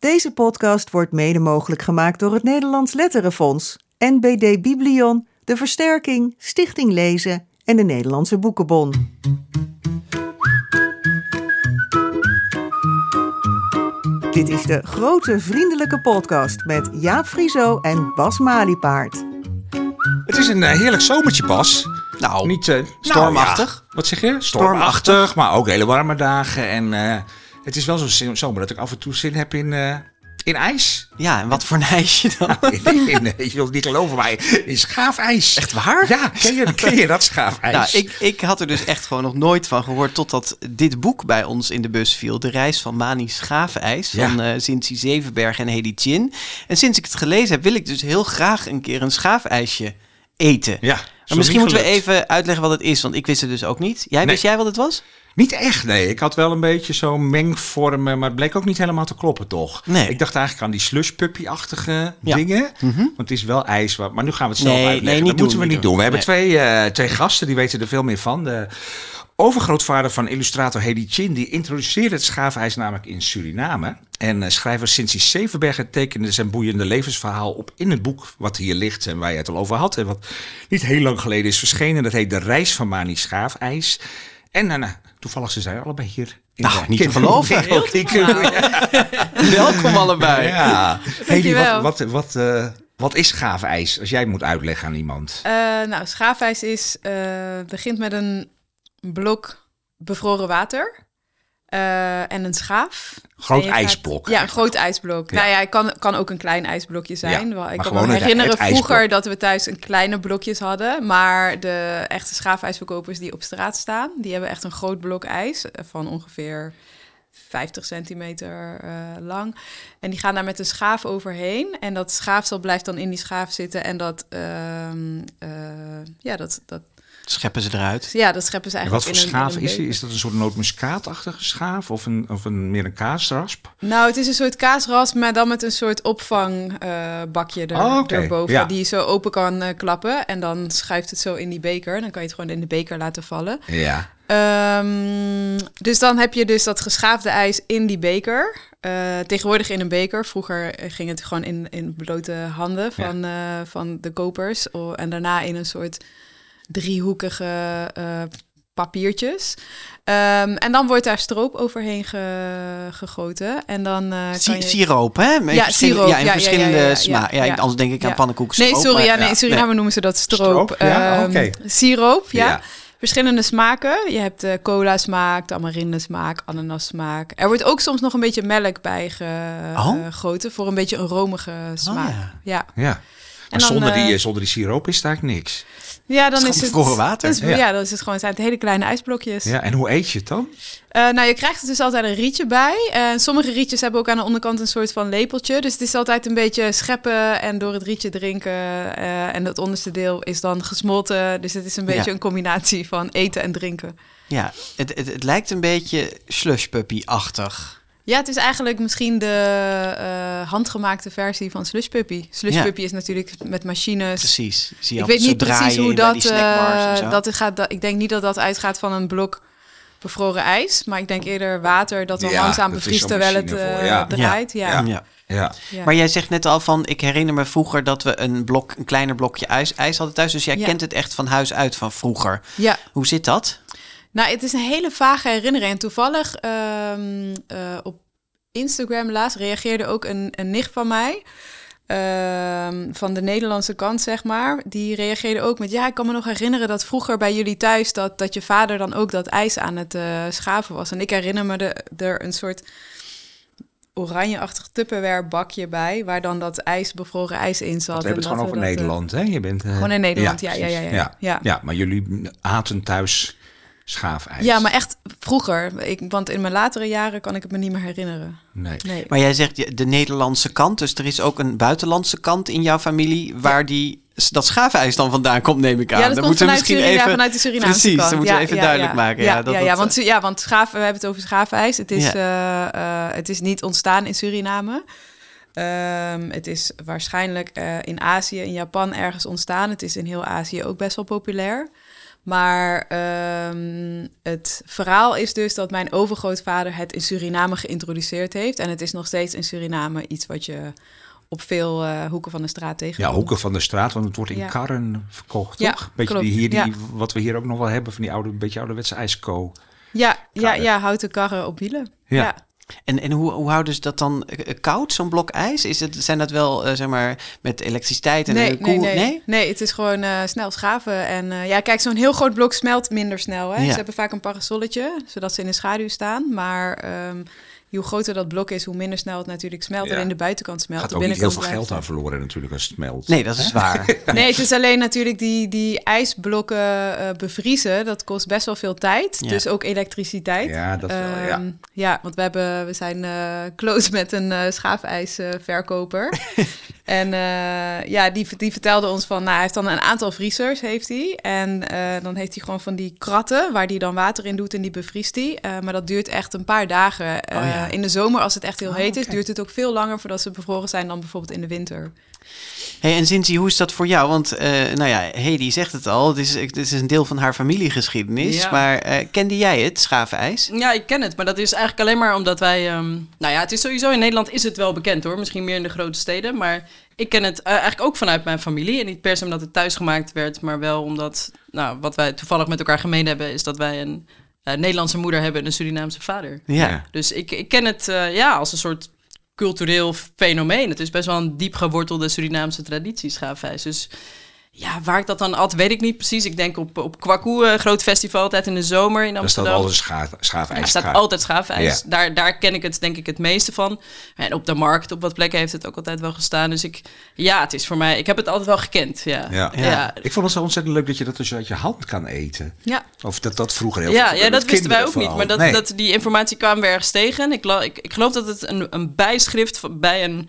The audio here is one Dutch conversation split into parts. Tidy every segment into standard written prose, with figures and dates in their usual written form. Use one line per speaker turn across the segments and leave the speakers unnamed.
Deze podcast wordt mede mogelijk gemaakt door het Nederlands Letterenfonds, NBD Biblion, De Versterking, Stichting Lezen en de Nederlandse Boekenbon. Dit is de Grote Vriendelijke Podcast met Jaap Frieso en Bas Maliepaard.
Het is een heerlijk zomertje, Bas.
Nou,
niet
stormachtig.
Wat zeg je? Stormachtig, maar ook hele warme dagen. En het is wel zo'n zomer dat ik af en toe zin heb in ijs.
Ja, en wat voor een ijsje dan?
Nee, je wilt het niet geloven, maar in schaafijs.
Echt waar?
Ja, ken je dat schaafijs?
Nou, ik had er dus echt gewoon nog nooit van gehoord totdat dit boek bij ons in de bus viel. De reis van Mani Schaafijs van Cincy Zevenberg en Hedy Chin. En sinds ik het gelezen heb, wil ik dus heel graag een keer een schaafijsje eten.
Ja,
maar misschien moeten we even uitleggen wat het is, want ik wist het dus ook niet. Wist jij wat het was?
Niet echt, nee. Ik had wel een beetje zo'n mengvormen, maar het bleek ook niet helemaal te kloppen, toch?
Nee.
Ik dacht eigenlijk aan die slushpuppy-achtige dingen.
Mm-hmm.
Want het is wel ijs, maar nu gaan we het zelf uitleggen.
Nee,
dat moeten we niet doen. We hebben twee gasten, die weten er veel meer van. De overgrootvader van illustrator Hedy Chin, die introduceerde het schaafijs namelijk in Suriname. En schrijver Cincy Zevenberg tekende zijn boeiende levensverhaal op in het boek wat hier ligt en waar je het al over had. En wat niet heel lang geleden is verschenen. Dat heet De Reis van Mani Schaafijs. En toevallig ze zijn allebei hier.
Niet te geloven. Welkom allebei.
Ja. Hedy, wat is schaafijs? Als jij het moet uitleggen aan iemand.
Schaafijs begint met een blok bevroren water en een schaaf.
Groot ijsblok.
Ja, een groot ijsblok. Ja. Nou ja, het kan ook een klein ijsblokje zijn.
Ja,
ik kan me herinneren vroeger dat we thuis een kleine blokjes hadden. Maar de echte schaafijsverkopers die op straat staan, die hebben echt een groot blok ijs van ongeveer 50 centimeter lang. En die gaan daar met een schaaf overheen. En dat schaafsel blijft dan in die schaaf zitten. En dat
scheppen ze eruit?
Ja, dat scheppen ze eigenlijk
in. En wat voor schaaf is die? Is dat een soort nootmuskaatachtige schaaf of meer een kaasrasp?
Nou, het is een soort kaasrasp, maar dan met een soort opvangbakje erboven. Ja. Die je zo open kan klappen. En dan schuift het zo in die beker. Dan kan je het gewoon in de beker laten vallen.
Ja.
Dus dan heb je dus dat geschaafde ijs in die beker. Tegenwoordig in een beker. Vroeger ging het gewoon in blote handen van de kopers. En daarna in een soort driehoekige papiertjes. En dan wordt daar stroop overheen gegoten. En dan
siroop, hè?
Siroop.
Ja, in verschillende smaken. Anders denk ik aan pannenkoekenstroop.
Nee, sorry. In Suriname noemen ze dat stroop. Siroop, ja. Verschillende smaken. Je hebt cola smaak, tamarinde smaak, ananas smaak. Er wordt ook soms nog een beetje melk bij gegoten voor een beetje een romige smaak. Ja.
Maar zonder die siroop is het eigenlijk niks.
Ja, dan is het
bevroren water.
Dan is het gewoon, zijn het hele kleine ijsblokjes.
Ja, en hoe eet je het dan?
Je krijgt er dus altijd een rietje bij. Sommige rietjes hebben ook aan de onderkant een soort van lepeltje. Dus het is altijd een beetje scheppen en door het rietje drinken. En het onderste deel is dan gesmolten. Dus het is een beetje een combinatie van eten en drinken. Ja,
het lijkt een beetje slushpuppy-achtig.
Ja, het is eigenlijk misschien de handgemaakte versie van Slushpuppy. Slushpuppy is natuurlijk met machines.
Precies.
Ik weet niet precies hoe dat gaat. Ik denk niet dat dat uitgaat van een blok bevroren ijs. Maar ik denk eerder water dat dan langzaam bevriest terwijl het draait. Ja.
Maar jij zegt net al van, ik herinner me vroeger dat we een kleiner blokje ijs hadden thuis. Dus jij kent het echt van huis uit van vroeger. Ja. Hoe zit dat?
Nou, het is een hele vage herinnering. En toevallig op Instagram laatst reageerde ook een nicht van mij. Van de Nederlandse kant, zeg maar. Die reageerde ook met, ik kan me nog herinneren dat vroeger bij jullie thuis dat je vader dan ook dat ijs aan het schaven was. En ik herinner me er een soort oranjeachtig Tupperware bakje bij, waar dan dat bevroren ijs in zat.
We hebben het gewoon over Nederland, hè? Je bent
gewoon in Nederland,
ja. Maar jullie aten thuis schaafijs.
Ja, maar echt vroeger. Want in mijn latere jaren kan ik het me niet meer herinneren.
Nee. Maar jij zegt de Nederlandse kant, dus er is ook een buitenlandse kant in jouw familie waar dat schaafijs dan vandaan komt, neem ik aan.
Ja, dat komt vanuit de Surinaamse kant.
Precies, dat moeten we even duidelijk maken.
Want we hebben het over schaafijs. Het is niet ontstaan in Suriname. Het is waarschijnlijk in Azië, in Japan ergens ontstaan. Het is in heel Azië ook best wel populair. Maar het verhaal is dus dat mijn overgrootvader het in Suriname geïntroduceerd heeft. En het is nog steeds in Suriname iets wat je op veel hoeken van de straat tegenkomt.
Ja, hoeken van de straat, want het wordt in karren verkocht,
Ja,
toch? Beetje
klopt.
Wat we hier ook nog wel hebben, van die beetje ouderwetse ijsko.
Ja, houten karren op wielen. Ja.
En hoe houden ze dat dan koud, zo'n blok ijs? Zijn dat wel, zeg maar, met elektriciteit en
Nee, het is gewoon snel schaven. En kijk, zo'n heel groot blok smelt minder snel. Hè?
Ja.
Ze hebben vaak een parasolletje, zodat ze in de schaduw staan. Maar hoe groter dat blok is, hoe minder snel het natuurlijk smelt.
Ja.
Alleen de buitenkant smelt.
Gaat
de
ook niet heel
binnenkant
veel geld
blijft
aan verloren natuurlijk als het smelt.
Nee, dat is waar.
Nee, het is alleen natuurlijk die ijsblokken bevriezen. Dat kost best wel veel tijd.
Ja.
Dus ook elektriciteit.
Ja, dat wel, ja.
Want we zijn close met een schaafijsverkoper. En die vertelde ons van, hij heeft dan een aantal vriezers, heeft hij. En dan heeft hij gewoon van die kratten waar hij dan water in doet en die bevriest hij. Maar dat duurt echt een paar dagen. In de zomer, als het echt heel heet is, duurt het ook veel langer voordat ze bevroren zijn dan bijvoorbeeld in de winter.
Hey, en Zinzi, hoe is dat voor jou? Want Hedy zegt het al, het is een deel van haar familiegeschiedenis. Ja. Maar kende jij het, schaafijs?
Ja, ik ken het, maar dat is eigenlijk alleen maar omdat wij... het is sowieso in Nederland is het wel bekend hoor. Misschien meer in de grote steden, maar ik ken het eigenlijk ook vanuit mijn familie. En niet per se omdat het thuis gemaakt werd, maar wel omdat... wat wij toevallig met elkaar gemeen hebben, is dat wij een Nederlandse moeder hebben en een Surinaamse vader.
Ja.
Dus ik ken het als een soort cultureel fenomeen. Het is best wel een diep gewortelde Surinaamse traditie, schaafijs. Dus ja, waar ik dat dan at, weet ik niet precies. Ik denk op Kwaku, groot festival, altijd in de zomer in Amsterdam.
Daar staat altijd schaafijs.
Er staat altijd schaafijs.
Ja.
Daar ken ik het denk ik het meeste van. En op de markt, op wat plekken heeft het ook altijd wel gestaan. Dus het is voor mij... Ik heb het altijd wel gekend, ja.
Ik vond het zo ontzettend leuk dat je dat dus uit je hand kan eten.
Ja.
Of dat vroeger heel
veel... Ja, dat wisten wij ook
vooral
niet. Maar dat die informatie kwamen we ergens tegen. Ik geloof dat het een bijschrift bij een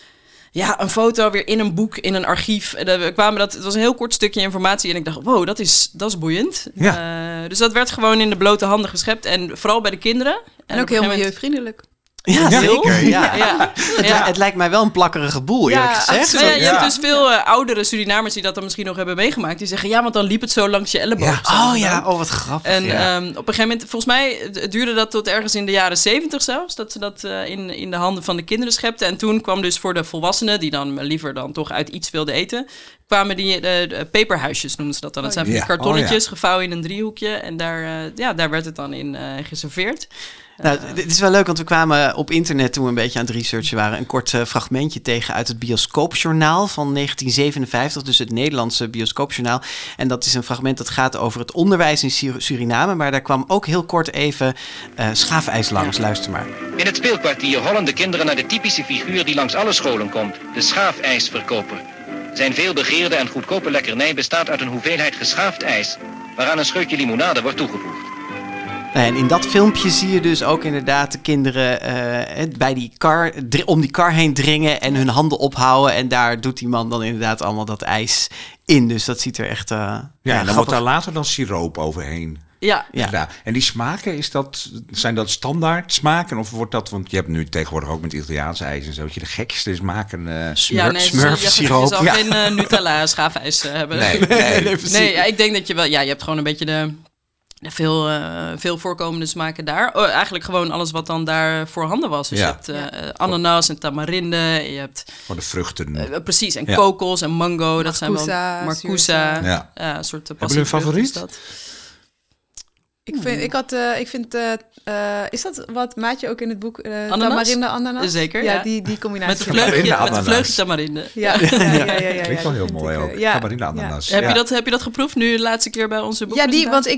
foto weer in een boek, in een archief. Het was een heel kort stukje informatie en ik dacht, wow, dat is boeiend.
Ja.
Dus dat werd gewoon in de blote handen geschept en vooral bij de kinderen.
En ook heel milieuvriendelijk.
Ja, zeker.
Ja.
Het lijkt mij wel een plakkerige boel, eerlijk gezegd.
Je hebt dus veel oudere Surinamers die dat dan misschien nog hebben meegemaakt. Die zeggen, want dan liep het zo langs je elleboog.
Wat grappig.
En op een gegeven moment, volgens mij duurde dat tot ergens in de jaren 70 zelfs, dat ze dat in de handen van de kinderen schepten. En toen kwam dus voor de volwassenen, die dan liever dan toch uit iets wilden eten, kwamen die peperhuisjes, noemen ze dat dan. Dat zijn van die kartonnetjes, gevouwen in een driehoekje. En daar werd het dan in geserveerd.
Dit is wel leuk, want we kwamen op internet toen we een beetje aan het researchen waren een kort fragmentje tegen uit het Bioscoopjournaal van 1957, dus het Nederlandse Bioscoopjournaal. En dat is een fragment dat gaat over het onderwijs in Suriname, maar daar kwam ook heel kort even schaafijs langs. Luister maar.
In het speelkwartier hollen de kinderen naar de typische figuur die langs alle scholen komt, de schaafijsverkoper. Zijn veelbegeerde en goedkope lekkernij bestaat uit een hoeveelheid geschaafd ijs, waaraan een scheutje limonade wordt toegevoegd.
En in dat filmpje zie je dus ook inderdaad de kinderen bij die kar, om die kar heen dringen en hun handen ophouden. En daar doet die man dan inderdaad allemaal dat ijs in. Dus dat ziet er echt
en dan wordt daar later dan siroop overheen.
Ja.
En die smaken, zijn dat standaard smaken? Of wordt dat, want je hebt nu tegenwoordig ook met Italiaanse ijs en zo, dat je de gekste smaken
smurfsiroop.
Je zal geen Nutella schaafijs hebben. Nee, ik denk dat je wel, je hebt gewoon een beetje de veel voorkomende smaken daar. Eigenlijk gewoon alles wat dan daar voorhanden was. Dus je hebt ananas en tamarinde. Je hebt
de vruchten.
Precies, en kokos en mango. Dat zijn wel marcousa.
Een
soort
hebben jullie een favoriet?
Is dat wat Maatje ook in het boek
tamarinde,
ananas?
Zeker,
ja. Die combinatie.
Met de vleugje tamarinde.
Ja.
Klinkt wel heel mooi ook. Tamarinde ananas.
Ja. Heb je dat geproefd nu de laatste keer bij onze boek?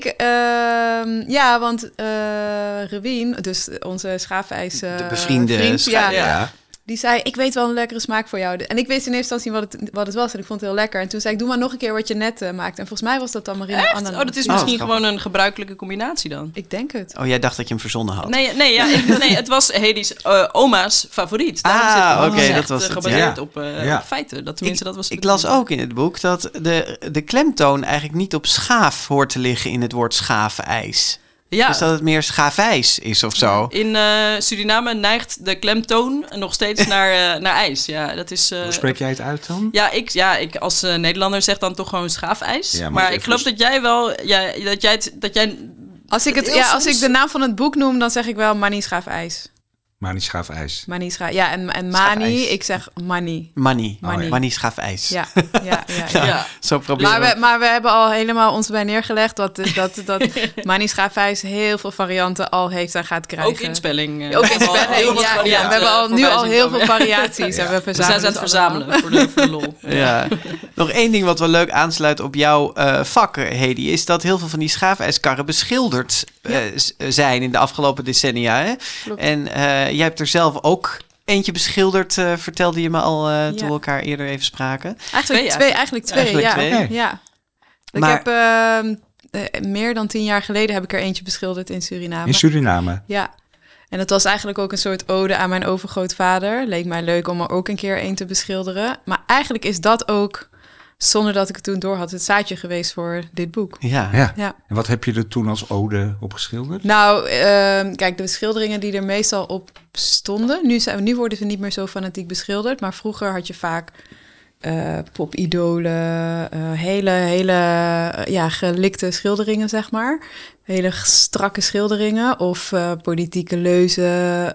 Want Rewien, dus onze schaafijs
de bevriende
vriend, die zei, ik weet wel een lekkere smaak voor jou. En ik wist in eerste instantie wat het was. En ik vond het heel lekker. En toen zei ik, doe maar nog een keer wat je net maakte. En volgens mij was dat tamarinde ananas.
Dat is misschien gewoon een gebruikelijke combinatie dan.
Ik denk het.
Oh, jij dacht dat je hem verzonnen had.
Nee, het was Hedy's oma's favoriet. Dat was gebaseerd op feiten. Dat was
ik las ook in het boek dat de klemtoon eigenlijk niet op schaaf hoort te liggen in het woord schaafijs.
Ja.
Dus dat het meer schaafijs is of zo.
In Suriname neigt de klemtoon nog steeds naar ijs. Ja, dat is...
Hoe spreek jij het uit dan?
Ik als Nederlander zeg dan toch gewoon schaafijs.
Ja,
maar ik geloof dat jij wel... dat jij
Als ik de naam van het boek noem, dan zeg ik wel Mani Schaafijs.
Mani Schaafijs.
Mani en Mani,
Schaafijs.
ik zeg Mani.
Mani.
Oh, ja.
Mani schaafijs.
Ja.
Ja.
Zo proberen
Maar we hebben al helemaal ons bij neergelegd dat Mani Schaafijs heel veel varianten al heeft en gaat krijgen.
ook in spelling.
Ook in spelling, ja. We hebben nu al heel veel variaties. En we
We zijn aan het verzamelen voor de lol.
Ja. Nog één ding wat wel leuk aansluit op jouw vak, Hedy, is dat heel veel van die schaafijskarren beschilderd zijn in de afgelopen decennia. Hè?
Klopt.
En jij hebt er zelf ook eentje beschilderd, vertelde je me al toen we elkaar eerder even spraken.
Eigenlijk twee. Ja. Ik
Maar-
heb meer dan 10 jaar geleden heb ik er eentje beschilderd in Suriname.
In Suriname.
Ja. En het was eigenlijk ook een soort ode aan mijn overgrootvader. Leek mij leuk om er ook een keer een te beschilderen. Maar eigenlijk is dat ook, zonder dat ik het toen door had, het zaadje geweest voor dit boek.
Ja.
Ja.
Ja.
En wat heb je er toen als ode op geschilderd?
Nou, kijk, de schilderingen die er meestal op stonden. Nu worden ze niet meer zo fanatiek beschilderd. Maar vroeger had je vaak popidolen, hele gelikte schilderingen, zeg maar. Hele strakke schilderingen. Of politieke leuzen.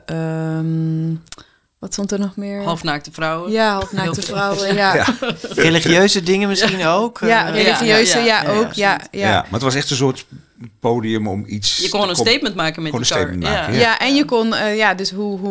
Wat stond er nog meer?
Halfnaakte vrouwen.
Ja, halfnaakte
Heel veel.
vrouwen, ja.
Religieuze dingen misschien ook.
Ja, religieuze, ook. Ja.
Maar het was echt een soort podium om iets...
Je kon een statement maken met die
Gewoon een
kar.
statement maken,
Ja, en je kon, dus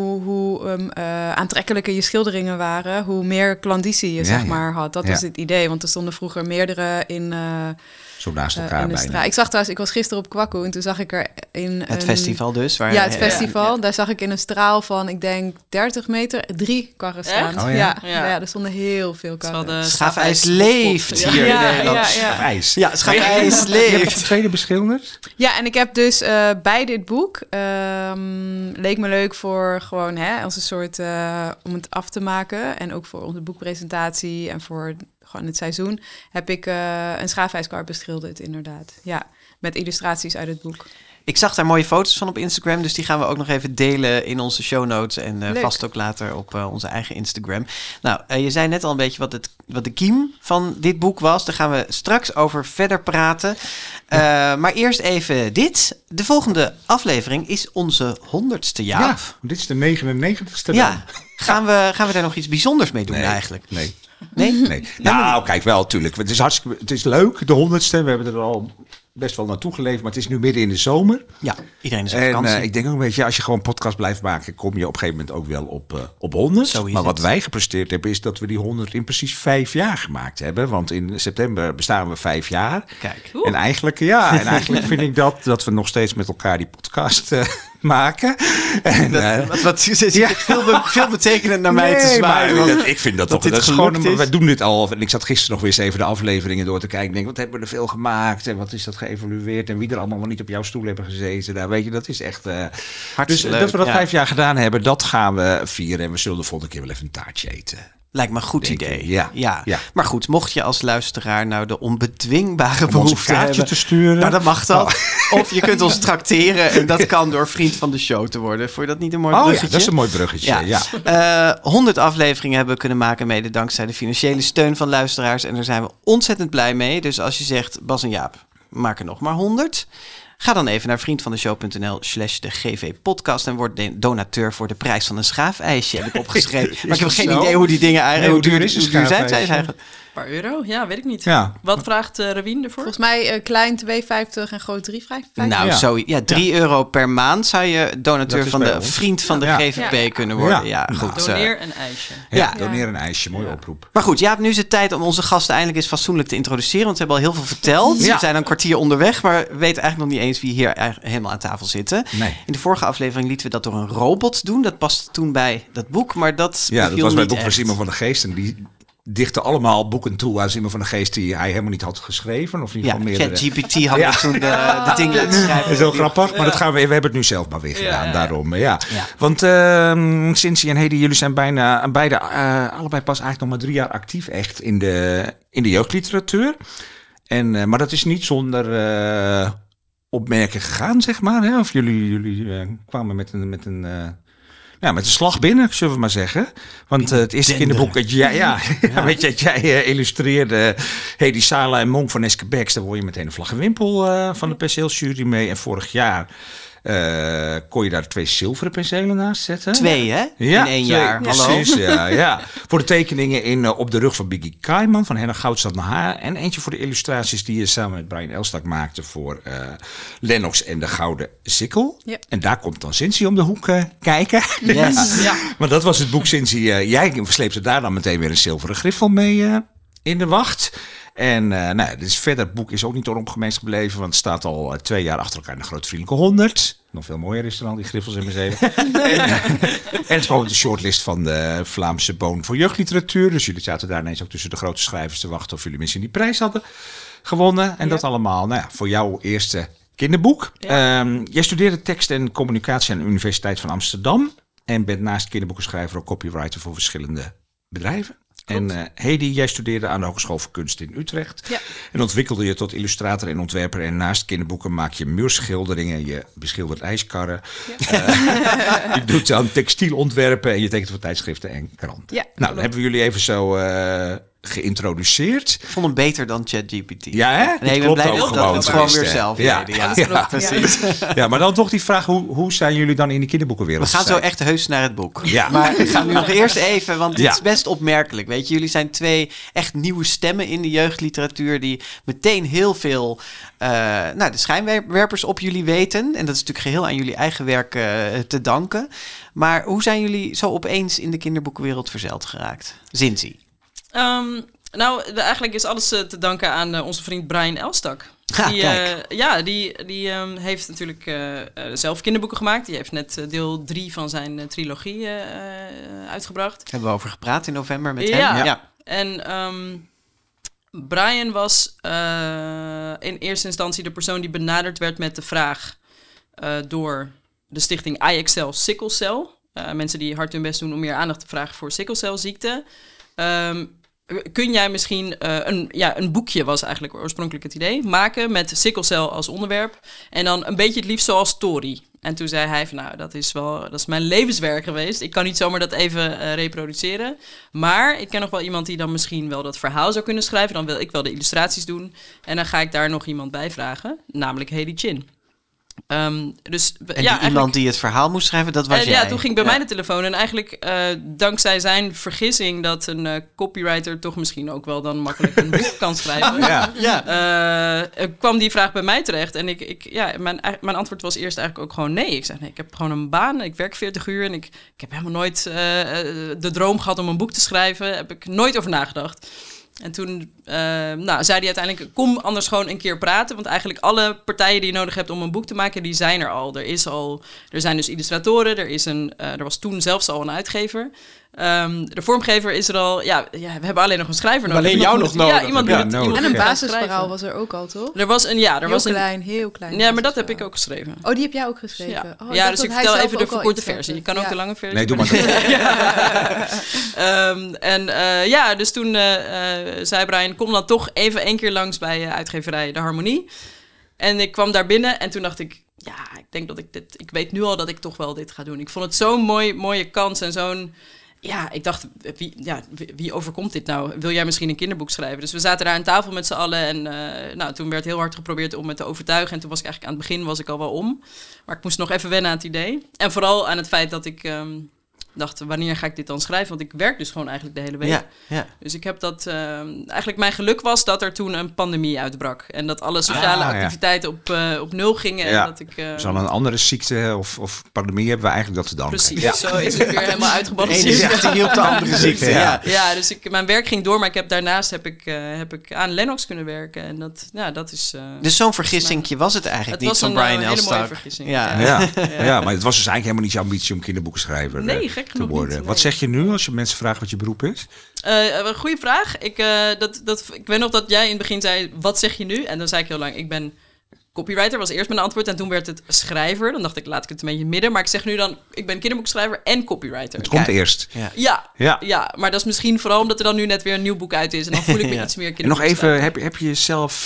hoe aantrekkelijker je schilderingen waren, hoe meer klandizie je, zeg maar, had. Dat was het idee, want er stonden vroeger meerdere in...
Zo naast elkaar
in de
bijna.
straat. Ik zag trouwens, ik was gisteren op Kwakkoe en toen zag ik er in
Het festival dus. Waar
het festival. Daar zag ik in een straal van, ik denk 30 meter, 3 karren staan.
Echt?
Oh, ja?
Ja, er stonden heel veel
Het is
karren.
wel de
Schaafijs leeft hier in Nederland.
IJs.
Ja, schaafijs
Je hebt
leeft.
de tweede beschilderd?
Ja, en ik heb dus bij dit boek, leek me leuk voor gewoon als een soort, om het af te maken. En ook voor onze boekpresentatie en voor gewoon het seizoen, heb ik een schaafijskar beschilderd, inderdaad. Ja, met illustraties uit het boek.
Ik zag daar mooie foto's van op Instagram, dus die gaan we ook nog even delen in onze show notes en vast ook later op onze eigen Instagram. Nou, je zei net al een beetje wat de kiem van dit boek was. Daar gaan we straks over verder praten. Maar eerst even dit. De volgende aflevering is onze 100ste, Jaap.
Ja, dit is de 99ste dan.
Ja. Gaan we daar nog iets bijzonders mee doen eigenlijk?
Nee.
Nee?
Nou, kijk wel, natuurlijk. Het is leuk, de 100ste. We hebben er al best wel naartoe geleefd, maar het is nu midden in de zomer.
Ja, iedereen is op
En
vakantie.
ik denk ook een beetje, als je gewoon podcast blijft maken, kom je op een gegeven moment ook wel op 100.
Zo is
maar wat
het.
wij gepresteerd hebben, is dat we die 100 in precies 5 jaar gemaakt hebben. Want in september bestaan we 5 jaar.
Kijk.
En eigenlijk, vind ik dat we nog steeds met elkaar die podcast maken. En,
Wat zit je veel betekenend naar mij te zwaaien.
maar
want
ik vind dat
dat
toch.
dit
Dat is gewoon,
gelukt is.
wij doen dit al. En ik zat gisteren nog weer eens even de afleveringen door te kijken. Ik denk, wat hebben we er veel gemaakt? En wat is dat geëvolueerd? En wie er allemaal wel niet op jouw stoel hebben gezeten. Daar weet je, dat is echt... Dus
hartstikke leuk,
dat we dat
ja.
5 jaar gedaan hebben, dat gaan we vieren. En we zullen de volgende keer wel even een taartje eten.
Lijkt me een goed
Denk
idee.
ik, ja.
Maar goed, mocht je als luisteraar nou de onbedwingbare
Om ons een
behoefte
kaartje
hebben...
te sturen.
Nou, dat mag dat. Of je kunt ons trakteren en dat kan door vriend van de show te worden. Vond je dat niet een mooi
Oh ja,
bruggetje?
dat is een mooi bruggetje. Ja.
100 afleveringen hebben we kunnen maken mede dankzij de financiële steun van luisteraars. En daar zijn we ontzettend blij mee. Dus als je zegt, Bas en Jaap, maak er nog maar 100... Ga dan even naar vriendvandeshow.nl/de GV-podcast en word donateur voor de prijs van een schaafijsje. Heb ik opgeschreven. Maar ik heb geen idee hoe die dingen eigenlijk...
hoe duur is een
hoe duur zijn
schaafijsje?
zij eigenlijk?
Een paar euro? Ja, weet ik niet.
Ja.
Wat vraagt Rawien ervoor?
Volgens mij klein 2,50 en groot 3,50.
Nou,
Ja.
€3 per maand zou je donateur
Dat is
van
bij
de
ons.
vriend van de
Ja.
GVP kunnen worden.
Ja.
Ja, goed.
Doneer een ijsje.
Ja,
Ja.
doneer een ijsje. Mooie oproep.
Maar goed, Jaap, nu is het tijd om onze gasten eindelijk eens fatsoenlijk te introduceren. Want we hebben al heel veel verteld.
Ja.
We zijn een kwartier onderweg, maar we weten eigenlijk nog niet eens wie hier helemaal aan tafel zitten.
Nee.
In de vorige aflevering lieten we dat door een robot doen. Dat paste toen bij dat boek, maar dat
Ja, dat
beviel
was bij het
niet
boek van
echt.
Simon van der Geest. En die dichten allemaal boeken toe aan Simon van der Geest die hij helemaal niet had geschreven. Of in ieder
Ja,
geval meerdere.
ChatGPT had
Ja.
me toen de dingen laten schrijven.
Dat is heel grappig, maar dat gaan we hebben het nu zelf maar weer gedaan.
ja.
Daarom, ja.
Ja.
Want Cincy en Hedy, jullie zijn beide allebei pas eigenlijk nog maar 3 jaar actief echt in de jeugdliteratuur. En, maar dat is niet zonder opmerken gegaan, zeg maar? Hè? Of jullie kwamen met een slag binnen, zullen we maar zeggen. Want het eerste kinderboek dat weet je, dat jij illustreerde Hedy Sala en Monk van Eske Beks. Daar word je meteen een vlag en wimpel van de penseeljury mee. En vorig jaar kon je daar 2 zilveren penselen naast zetten.
2, hè?
Ja,
in 1 jaar.
Precies,
Hallo?
ja. Voor de tekeningen in Op de rug van Biggie Kaiman van Henna Goudstad naar haar. En eentje voor de illustraties die je samen met Brian Elstak maakte voor Lennox en de Gouden Sikkel.
Ja.
En daar komt dan Cincy om de hoek kijken.
Yes.
Ja.
Maar dat was het boek Cincy. Jij sleepte daar dan meteen weer een zilveren griffel mee in de wacht. En dus verder, het boek is ook niet onopgemerkt gebleven, want het staat al 2 jaar achter elkaar in de Grote Vriendelijke 100. Nog veel mooier is er dan die griffels in mijn zeven. en het is gewoon de shortlist van de Vlaamse Boon voor Jeugdliteratuur. Dus jullie zaten daar ineens ook tussen de grote schrijvers te wachten of jullie misschien die prijs hadden gewonnen. En dat allemaal voor jouw eerste kinderboek.
Ja.
Jij studeerde tekst en communicatie aan de Universiteit van Amsterdam. En bent naast kinderboekenschrijver ook copywriter voor verschillende bedrijven.
Klopt.
En Hedy, jij studeerde aan de Hogeschool voor Kunst in Utrecht.
Ja.
En ontwikkelde je tot illustrator en ontwerper. En naast kinderboeken maak je muurschilderingen. Je beschildert ijskarren.
Ja.
Je doet aan textielontwerpen. En je tekent voor tijdschriften en kranten.
Ja,
Dan hebben we jullie even zo geïntroduceerd.
Ik vond hem beter dan ChatGPT.
Ja, hè?
Nee,
Dat
ik ben
klopt
blij
ook
dat we
gewoon
het gewoon
tenminste.
weer zelf
Ja.
deden. Ja,
dat klopt.
precies.
Ja, maar dan toch die vraag. Hoe zijn jullie dan in die kinderboekenwereld?
We gaan zo echt heus naar het boek.
Ja.
Maar ik ga nu nog eerst even, want dit
Ja.
is best opmerkelijk. Weet je, jullie zijn 2 echt nieuwe stemmen in de jeugdliteratuur die meteen heel veel de schijnwerpers op jullie weten. En dat is natuurlijk geheel aan jullie eigen werk te danken. Maar hoe zijn jullie zo opeens in de kinderboekenwereld verzeild geraakt? Cincy.
Eigenlijk is alles te danken aan onze vriend Brian Elstak. Die heeft natuurlijk zelf kinderboeken gemaakt. Die heeft net deel 3 van zijn trilogie uitgebracht.
Hebben we over gepraat in november met hem?
Ja. En Brian was in eerste instantie de persoon die benaderd werd met de vraag door de stichting iExcel Sickle Cell. Mensen die hard hun best doen om meer aandacht te vragen voor sikkelcelziekte. Kun jij misschien een boekje, was eigenlijk oorspronkelijk het idee, maken met sikkelcel als onderwerp. En dan een beetje het liefst zoals Tori. En toen zei hij van dat is mijn levenswerk geweest. Ik kan niet zomaar dat even reproduceren. Maar ik ken nog wel iemand die dan misschien wel dat verhaal zou kunnen schrijven. Dan wil ik wel de illustraties doen. En dan ga ik daar nog iemand bij vragen. Namelijk Hedy Chin.
Iemand die het verhaal moest schrijven, dat was jij.
Ja, toen ging bij mij de telefoon. En eigenlijk dankzij zijn vergissing dat een copywriter toch misschien ook wel dan makkelijk een boek kan schrijven. Kwam die vraag bij mij terecht. En mijn antwoord was eerst eigenlijk ook gewoon nee. Ik zei ik heb gewoon een baan. Ik werk 40 uur. En ik heb helemaal nooit de droom gehad om een boek te schrijven. Heb ik nooit over nagedacht. En toen zei hij uiteindelijk, kom anders gewoon een keer praten. Want eigenlijk alle partijen die je nodig hebt om een boek te maken, die zijn er al. Er zijn dus illustratoren, er was toen zelfs al een uitgever. De vormgever is er al. Ja, we hebben alleen nog een schrijver nodig.
Alleen jou nog nodig.
Ja, iemand moet het
En een
schrijven.
basisverhaal was er ook al, toch?
Er was een, ja, er was
heel klein.
Ja, maar dat heb ik ook geschreven.
Oh, die heb jij ook geschreven?
Ja,
Oh,
ja, dus ik vertel even de verkorte versie. Je kan ook de lange versie.
Nee, doe maar.
Dus toen zei Brian, kom dan toch even 1 keer langs bij uitgeverij De Harmonie. En ik kwam daar binnen en toen dacht ik, ik denk dat ik weet nu al dat ik toch wel dit ga doen. Ik vond het zo'n mooie kans en zo'n... Ja, ik dacht, wie overkomt dit nou? Wil jij misschien een kinderboek schrijven? Dus we zaten daar aan tafel met z'n allen. En toen werd heel hard geprobeerd om me te overtuigen. En toen was ik eigenlijk aan het begin al wel om. Maar ik moest nog even wennen aan het idee. En vooral aan het feit dat ik dacht, wanneer ga ik dit dan schrijven? Want ik werk dus gewoon eigenlijk de hele week.
Ja.
Dus ik heb dat... eigenlijk mijn geluk was dat er toen een pandemie uitbrak. En dat alle sociale activiteiten op nul gingen.
Ja.
En dat ik...
Zo'n een andere ziekte of pandemie hebben we eigenlijk dat te danken.
Precies, zo is het weer helemaal uitgebalanceerd.
Eén zegt hij op de andere ziekte.
Ja, dus mijn werk ging door, maar daarnaast heb ik aan Lennox kunnen werken. En dat is...
Dus zo'n vergissingje was het eigenlijk niet van Brian Elstak.
Het was een hele mooie vergissing.
Ja, maar het was dus eigenlijk helemaal niet je ambitie om kinderboekenschrijver te worden.
Niet,
Wat zeg je nu als je mensen vraagt wat je beroep is?
Een goede vraag. Ik weet nog dat jij in het begin zei, wat zeg je nu? En dan zei ik heel lang, ik ben copywriter, was eerst mijn antwoord. En toen werd het schrijver. Dan dacht ik, laat ik het een beetje midden. Maar ik zeg nu dan, ik ben kinderboekschrijver en copywriter.
Het komt eerst.
Ja, maar dat is misschien vooral omdat er dan nu net weer een nieuw boek uit is. En dan voel ik me iets meer
En nog
kinderboekschrijver.
even, heb je jezelf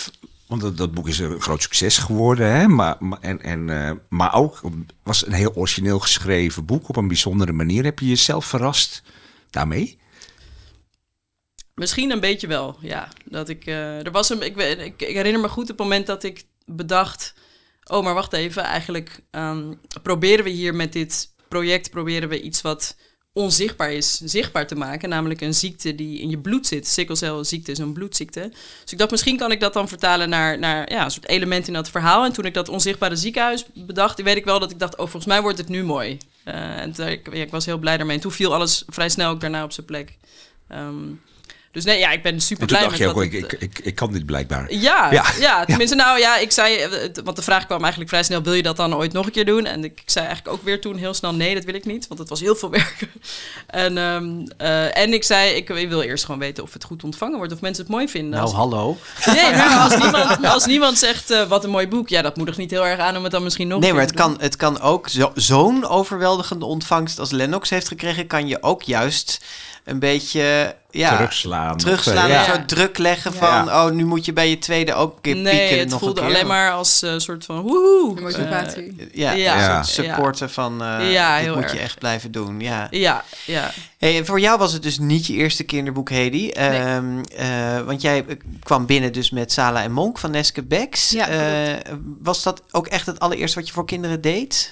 Want dat boek is een groot succes geworden, hè? Maar ook was een heel origineel geschreven boek op een bijzondere manier. Heb je jezelf verrast daarmee?
Misschien een beetje wel, ja. Dat ik herinner me goed het moment dat ik bedacht... oh, maar wacht even, eigenlijk proberen we hier met dit project... proberen we iets wat onzichtbaar is, zichtbaar te maken. Namelijk een ziekte die in je bloed zit. Sikkelcelziekte is een bloedziekte. Dus ik dacht, misschien kan ik dat dan vertalen naar een soort element in dat verhaal. En toen ik dat onzichtbare ziekenhuis bedacht... weet ik wel dat ik dacht, volgens mij wordt het nu mooi. Ik was heel blij daarmee. En toen viel alles vrij snel ook daarna op zijn plek. Dus nee, ik ben super blij met dat.
Ik kan dit blijkbaar.
Ja, tenminste, ik zei, want de vraag kwam eigenlijk vrij snel, wil je dat dan ooit nog een keer doen? En ik zei eigenlijk ook weer toen heel snel, nee, dat wil ik niet, want het was heel veel werk. En ik zei, ik wil eerst gewoon weten of het goed ontvangen wordt, of mensen het mooi vinden.
Nou, hallo.
Nee, maar als niemand zegt, wat een mooi boek, dat moedigt niet heel erg aan om het dan misschien nog
maar het kan ook, zo'n overweldigende ontvangst als Lennox heeft gekregen, kan je ook juist een beetje terugslaan, een soort druk leggen van... nu moet je bij je tweede ook een keer pieken.
Nee, het voelde alleen maar als een soort van woehoe.
Motivatie.
Een soort supporten van dit moet je echt blijven doen. Ja. Hey, voor jou was het dus niet je eerste kinderboek, Hedy. Want jij kwam binnen dus met Sala en Monk van Neske Becks. Ja, was dat ook echt het allereerste wat je voor kinderen deed?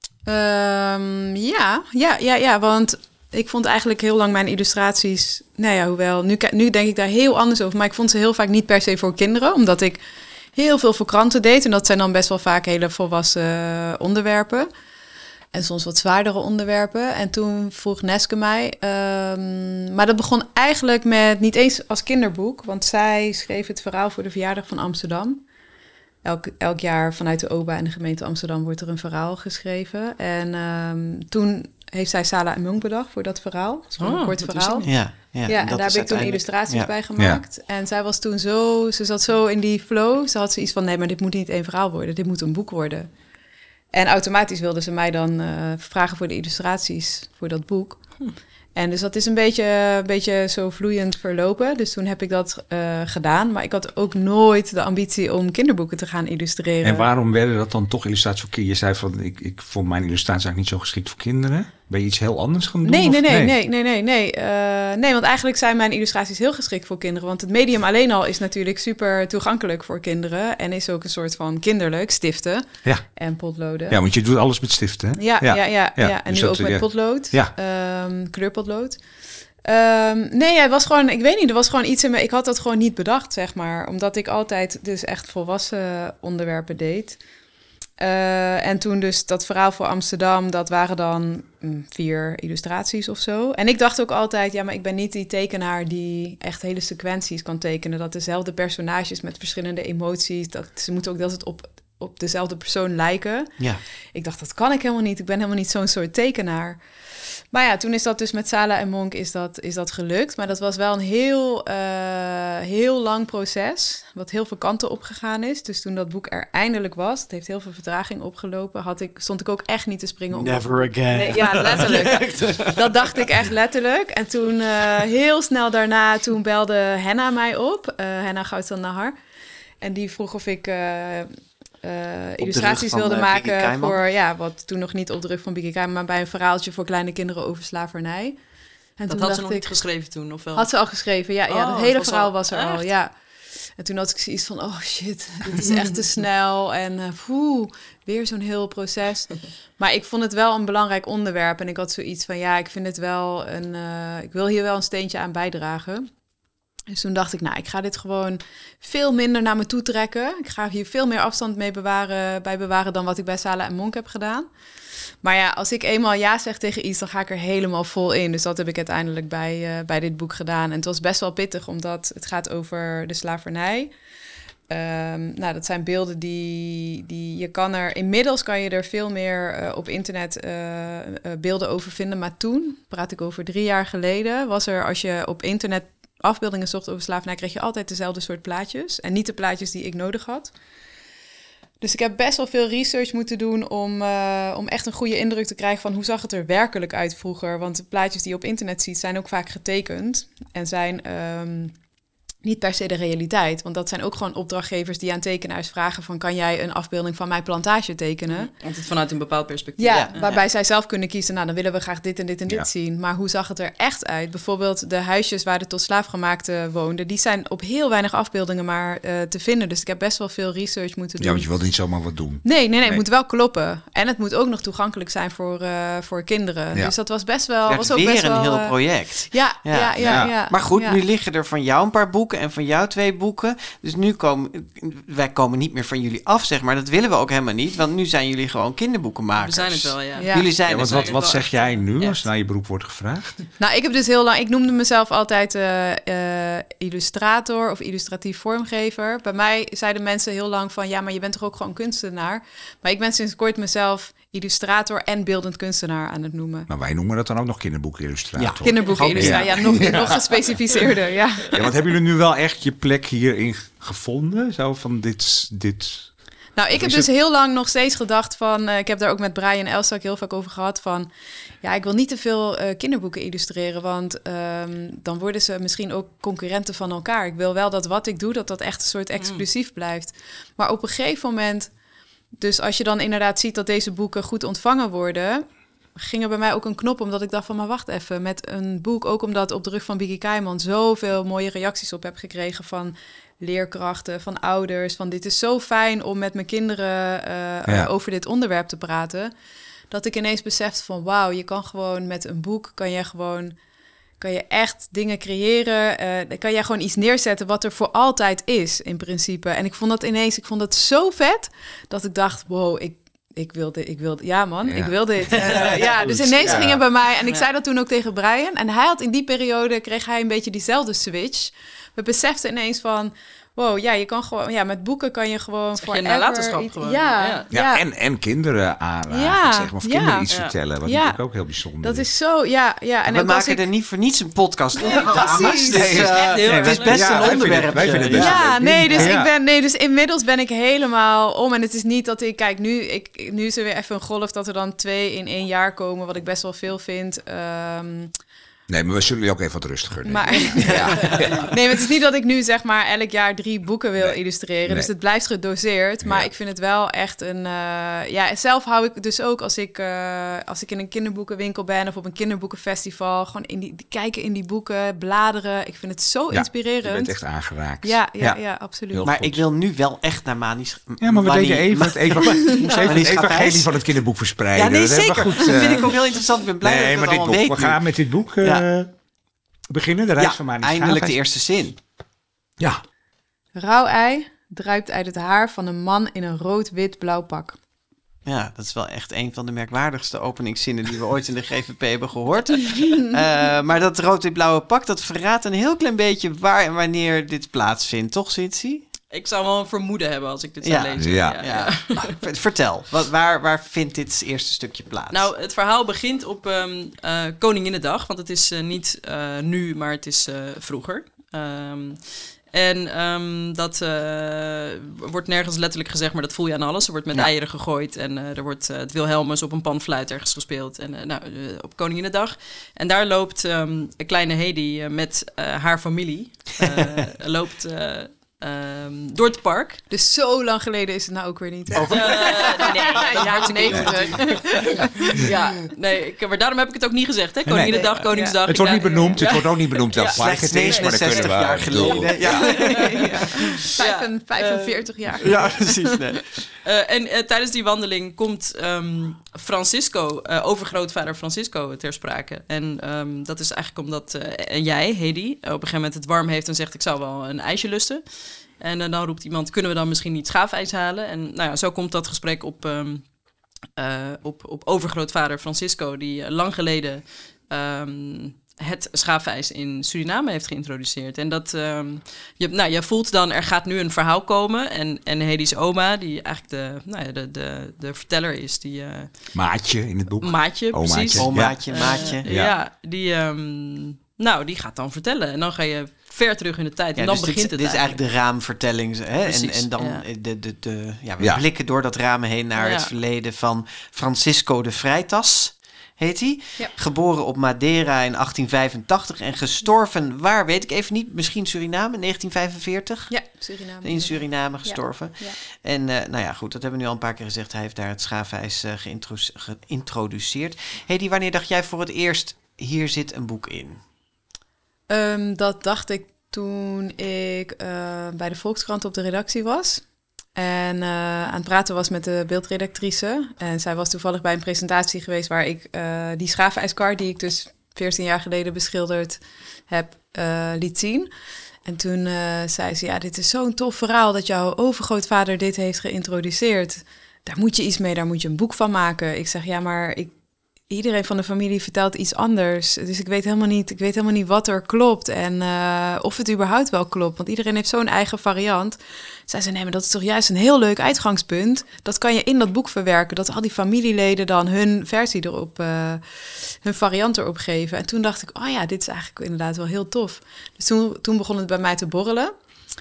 Ja, want... ik vond eigenlijk heel lang mijn illustraties... hoewel, nu denk ik daar heel anders over... maar ik vond ze heel vaak niet per se voor kinderen... omdat ik heel veel voor kranten deed... en dat zijn dan best wel vaak hele volwassen onderwerpen... en soms wat zwaardere onderwerpen. En toen vroeg Neske mij... maar dat begon eigenlijk met niet eens als kinderboek... want zij schreef het verhaal voor de verjaardag van Amsterdam... Elk jaar vanuit de OBA en de gemeente Amsterdam... wordt er een verhaal geschreven. En toen... heeft zij Sala en Monk bedacht voor dat verhaal. Dat is gewoon een kort verhaal.
Ja,
en daar heb ik toen illustraties bij gemaakt. Ja. En zij was toen ze zat zo in die flow. Ze had zoiets van, nee, maar dit moet niet één verhaal worden. Dit moet een boek worden. En automatisch wilde ze mij dan vragen voor de illustraties voor dat boek. En dus dat is een beetje zo vloeiend verlopen. Dus toen heb ik dat gedaan. Maar ik had ook nooit de ambitie om kinderboeken te gaan illustreren.
En waarom werden dat dan toch illustraties voor kinderen? Je zei van, ik vond mijn illustraties eigenlijk niet zo geschikt voor kinderen. Ben je iets heel anders gaan doen?
Nee, want eigenlijk zijn mijn illustraties heel geschikt voor kinderen. Want het medium alleen al is natuurlijk super toegankelijk voor kinderen. En is ook een soort van kinderlijk, stiften en potloden.
Ja, want je doet alles met stiften, hè?
Ja. En dus nu ook met potlood, kleurpotlood. Het was gewoon, ik weet niet, er was gewoon iets in me. Ik had dat gewoon niet bedacht, zeg maar. Omdat ik altijd dus echt volwassen onderwerpen deed. En toen dus dat verhaal voor Amsterdam, dat waren dan 4 illustraties of zo. En ik dacht ook altijd, maar ik ben niet die tekenaar die echt hele sequenties kan tekenen. Dat dezelfde personages met verschillende emoties, ze moeten ook dat het op dezelfde persoon lijken. Ja. Ik dacht, dat kan ik helemaal niet. Ik ben helemaal niet zo'n soort tekenaar. Maar ja, toen is dat dus met Sala en Monk is dat gelukt. Maar dat was wel een heel lang proces, wat heel veel kanten opgegaan is. Dus toen dat boek er eindelijk was, het heeft heel veel vertraging opgelopen, stond ik ook echt niet te springen.
Never again.
Nee, ja, letterlijk. Dat dacht ik echt letterlijk. En toen heel snel daarna, toen belde Henna mij op. Henna Goudsan Nahar. En die vroeg of ik... illustraties wilde maken voor wat toen nog niet op de rug van Bieke Keiman, maar bij een verhaaltje voor kleine kinderen over slavernij. En
dat had ze nog niet geschreven toen, of wel?
Had ze al geschreven, het hele verhaal was er echt? Al, ja. En toen had ik zoiets van, oh shit, dit is echt te snel en weer zo'n heel proces. Maar ik vond het wel een belangrijk onderwerp en ik had zoiets van, ik vind het wel ik wil hier wel een steentje aan bijdragen. Dus toen dacht ik, ik ga dit gewoon veel minder naar me toe trekken. Ik ga hier veel meer afstand mee bewaren dan wat ik bij Sala en Monk heb gedaan. Maar als ik eenmaal ja zeg tegen iets, dan ga ik er helemaal vol in. Dus dat heb ik uiteindelijk bij dit boek gedaan. En het was best wel pittig, omdat het gaat over de slavernij. Dat zijn beelden die inmiddels kan je er veel meer op internet beelden over vinden. Maar toen, praat ik over 3 jaar geleden, was er, als je op internet afbeeldingen zocht over slavernij, kreeg je altijd dezelfde soort plaatjes. En niet de plaatjes die ik nodig had. Dus ik heb best wel veel research moeten doen om echt een goede indruk te krijgen van hoe zag het er werkelijk uit vroeger. Want de plaatjes die je op internet ziet zijn ook vaak getekend. En zijn niet per se de realiteit. Want dat zijn ook gewoon opdrachtgevers die aan tekenaars vragen van... kan jij een afbeelding van mijn plantage tekenen?
Want het vanuit een bepaald perspectief.
Ja, waarbij zij zelf kunnen kiezen... nou, dan willen we graag dit en dit en dit zien. Maar hoe zag het er echt uit? Bijvoorbeeld de huisjes waar de tot slaafgemaakten woonden... die zijn op heel weinig afbeeldingen maar te vinden. Dus ik heb best wel veel research moeten doen.
Ja, want je wilt niet zomaar wat doen.
Nee, het moet wel kloppen. En het moet ook nog toegankelijk zijn voor kinderen.
Ja.
Dus dat was best wel...
Dat
was
is
ook
weer
best
een
wel,
heel project.
Ja.
Maar goed,
ja.
nu liggen er van jou een paar boeken en van jou 2 boeken. Dus nu wij komen niet meer van jullie af, zeg maar. Dat willen we ook helemaal niet, want nu zijn jullie gewoon kinderboekenmakers.
We zijn het wel, ja.
Ja.
Jullie zijn
Ja,
het
want
wel.
wat zeg jij nu
Echt.
als naar je beroep wordt gevraagd?
Nou, ik heb dus heel lang... Ik noemde mezelf altijd illustrator of illustratief vormgever. Bij mij zeiden mensen heel lang van... ja, maar je bent toch ook gewoon kunstenaar? Maar ik ben sinds kort mezelf illustrator en beeldend kunstenaar aan het noemen.
Maar wij noemen dat dan ook nog kinderboekenillustrator.
Ja.
Kinderboekenillustrator, nog gespecificeerder, ja.
Ja, want hebben jullie nu wel echt je plek hierin gevonden? Zo van dit...
Nou, ik heb
is
dus
het-
heel lang nog steeds gedacht van... ik heb daar ook met Brian Elstak heel vaak over gehad van... ja, ik wil niet te veel kinderboeken illustreren... want dan worden ze misschien ook concurrenten van elkaar. Ik wil wel dat wat ik doe, dat echt een soort exclusief blijft. Maar op een gegeven moment... dus als je dan inderdaad ziet dat deze boeken goed ontvangen worden... ging er bij mij ook een knop omdat ik dacht van... maar wacht even, met een boek... ook omdat op de rug van Biggie Kaiman... zoveel mooie reacties op heb gekregen van... leerkrachten, van ouders, van dit is zo fijn om met mijn kinderen over dit onderwerp te praten, dat ik ineens besefte van wauw, je kan gewoon met een boek, kan je echt dingen creëren, dan kan je gewoon iets neerzetten wat er voor altijd is, in principe. En ik vond dat zo vet, dat ik dacht, wow, ik wil dit, ik wil dit. Dus ineens ging het bij mij, en ik zei dat toen ook tegen Brian, en hij had in die periode, kreeg hij een beetje diezelfde switch. We beseften ineens van, wow, ja, je kan gewoon, met boeken kan je gewoon
voor je nalatenschap gewoon.
Ja, en kinderen aanraken, zeg maar, of kinderen iets vertellen, wat natuurlijk ook heel bijzonder
dat is zo, En
we maken er niet voor niets een podcast op.
Precies.
Het is best een onderwerp.
Wij vinden het best
dus inmiddels ben ik helemaal om. En het is niet dat ik, kijk, nu is er weer even een golf dat er dan 2 in 1 jaar komen, wat ik best wel veel vind.
Nee, maar we zullen je ook even wat rustiger nemen.
Maar, Nee, maar het is niet dat ik nu zeg maar elk jaar 3 boeken wil illustreren. Nee. Dus het blijft gedoseerd. Maar ik vind het wel echt een... zelf hou ik dus ook als ik in een kinderboekenwinkel ben of op een kinderboekenfestival, gewoon kijken in die boeken, bladeren. Ik vind het zo inspirerend.
Je bent echt aangeraakt.
Ja, absoluut.
Heel
maar
goed.
ik wil nu wel echt naar Manisch...
Ja, maar we deden even het evangelie van het kinderboek verspreiden.
Ja, nee,
dat
zeker.
Goed,
dat vind ik ook heel interessant. Ik ben blij dat ik het allemaal weet.
We gaan met dit boek beginnen, de reis van Manisch
eindelijk
Schaafhuis.
de eerste zin.
Ja.
Rauw ei druipt uit het haar van een man in een rood-wit-blauw pak.
Ja, dat is wel echt een van de merkwaardigste openingszinnen die we ooit in de GVP hebben gehoord. Maar dat rood-wit-blauwe pak, dat verraadt een heel klein beetje waar en wanneer dit plaatsvindt. Toch, Cindy?
Ik zou wel een vermoeden hebben als ik dit zou lezen.
Ja.
Vertel, waar vindt dit eerste stukje plaats?
Nou, het verhaal begint op Koninginnedag, want het is niet nu, maar het is vroeger. Dat wordt nergens letterlijk gezegd, maar dat voel je aan alles. Er wordt met eieren gegooid en er wordt het Wilhelmus op een panfluit ergens gespeeld. En op Koninginnedag. En daar loopt een kleine Hedy met haar familie. Loopt door het park.
Dus zo lang geleden is het nou ook weer niet.
Jaren 90. Maar daarom heb ik het ook niet gezegd. Hè? Koninginnedag, Koningsdag.
Het wordt niet benoemd. Het wordt ook niet benoemd welk park
Slechts
het is, maar dat kunnen we
69 jaar geleden.
45 jaar.
Ja, precies. Nee.
En tijdens die wandeling komt Francisco, overgrootvader Francisco, ter sprake. En dat is eigenlijk omdat jij, Hedy, op een gegeven moment het warm heeft en zegt, ik zou wel een ijsje lusten. En dan roept iemand, kunnen we dan misschien niet schaafijs halen? En zo komt dat gesprek op overgrootvader Francisco, die lang geleden het schaafijs in Suriname heeft geïntroduceerd. En dat je voelt dan, er gaat nu een verhaal komen. En Hedy's oma, die eigenlijk de verteller is, die
Maatje in het boek.
Maatje, precies.
Maatje.
Die gaat dan vertellen. En dan ga je ver terug in de tijd. En dan
dus
begint het
dit is eigenlijk de raamvertelling. Hè? En dan we blikken door dat raam heen naar het verleden van Francisco de Vrijtas. heet hij.
Ja.
Geboren op Madeira in 1885 en gestorven, waar weet ik even niet, misschien Suriname, 1945?
Ja, Suriname.
In Suriname gestorven.
Ja.
En nou ja, goed, dat hebben we nu al een paar keer gezegd. Hij heeft daar het schaafijs geïntroduceerd. Hedy, wanneer dacht jij voor het eerst, hier zit een boek in?
Dat dacht ik toen ik bij de Volkskrant op de redactie was. En aan het praten was met de beeldredactrice. En zij was toevallig bij een presentatie geweest waar ik die schaafijskar, die ik dus 14 jaar geleden beschilderd heb, liet zien. En toen zei ze, ja, dit is zo'n tof verhaal dat jouw overgrootvader dit heeft geïntroduceerd. Daar moet je iets mee, daar moet je een boek van maken. Ik zeg, ja, maar iedereen van de familie vertelt iets anders. Dus ik weet helemaal niet wat er klopt en of het überhaupt wel klopt. Want iedereen heeft zo'n eigen variant. Zij zei, nee, maar dat is toch juist een heel leuk uitgangspunt. Dat kan je in dat boek verwerken. Dat al die familieleden dan hun versie erop, hun variant erop geven. En toen dacht ik, oh ja, dit is eigenlijk inderdaad wel heel tof. Dus toen begon het bij mij te borrelen.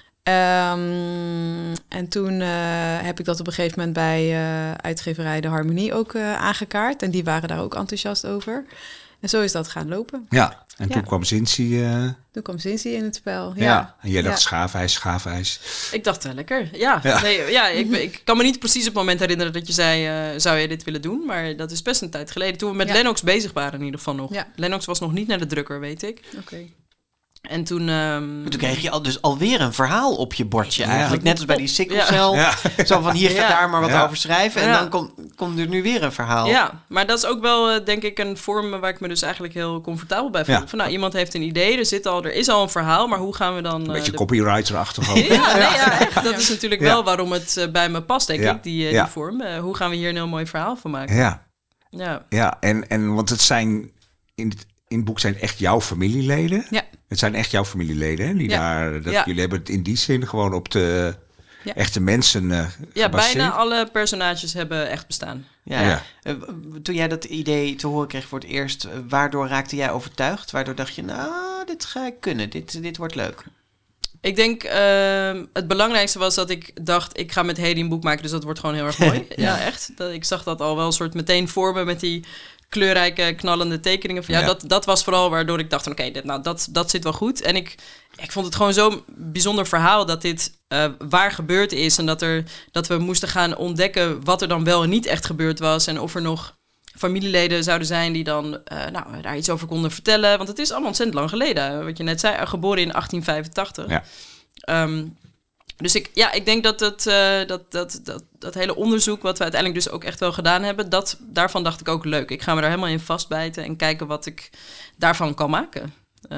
En toen heb ik dat op een gegeven moment bij uitgeverij De Harmonie ook aangekaart. En die waren daar ook enthousiast over. En zo is dat gaan lopen.
Ja, en toen
Ja.
kwam Zinzi.
Toen kwam Zinzi in het spel.
Ja, en jij dacht
Ja.
schaafijs.
Ik dacht, lekker. Ja,
Ja.
Nee, ja ik kan me niet precies het moment herinneren dat je zei, zou je dit willen doen? Maar dat is best een tijd geleden. Toen we met
Ja.
Lennox bezig waren in ieder geval nog.
Ja.
Lennox was nog niet naar de drukker, weet ik.
Oké.
En toen...
Toen kreeg je dus alweer een verhaal op je bordje eigenlijk.
Ja.
Net als bij die sikkelcel.
Ja.
Zo van, hier ga
Ja.
daar maar wat
Ja.
over schrijven. En
Ja.
dan komt er nu weer een verhaal.
Ja, maar dat is ook wel, denk ik, een vorm waar ik me dus eigenlijk heel comfortabel bij voel.
Ja.
Van, nou, iemand heeft een idee, er is al een verhaal, maar hoe gaan we dan...
Een beetje
de-
copywriter-achtig ook.
Ja, echt. Dat is natuurlijk
Ja.
wel waarom het bij me past, denk
Ja.
ik, die
Ja.
vorm. Hoe gaan we hier een heel mooi verhaal van maken?
Ja,
Ja.
ja. En want het zijn... In het boek zijn echt jouw familieleden.
Ja.
Het zijn echt jouw familieleden. Hè?
Ja.
Jullie hebben het in die zin gewoon op de
Ja.
echte mensen
Ja,
gebaseerd.
bijna alle personages hebben echt bestaan.
Ja.
Ja.
Toen jij dat idee te horen kreeg voor het eerst, waardoor raakte jij overtuigd? Waardoor dacht je, nou, dit ga ik kunnen, dit wordt leuk.
Ik denk, het belangrijkste was dat ik dacht, ik ga met Hedy een boek maken, dus dat wordt gewoon heel erg mooi. Ja, echt. Ik zag dat al wel een soort meteen voor me met die kleurrijke, knallende tekeningen. Van,
Ja.
Dat was vooral waardoor ik dacht, oké, dat zit wel goed. En ik vond het gewoon zo'n bijzonder verhaal dat dit waar gebeurd is. En dat we moesten gaan ontdekken wat er dan wel en niet echt gebeurd was. En of er nog familieleden zouden zijn die dan daar iets over konden vertellen. Want het is allemaal ontzettend lang geleden. Wat je net zei, geboren in 1885.
Ja.
Dus ik denk dat hele onderzoek, wat we uiteindelijk dus ook echt wel gedaan hebben, daarvan dacht ik ook leuk. Ik ga me daar helemaal in vastbijten en kijken wat ik daarvan kan maken.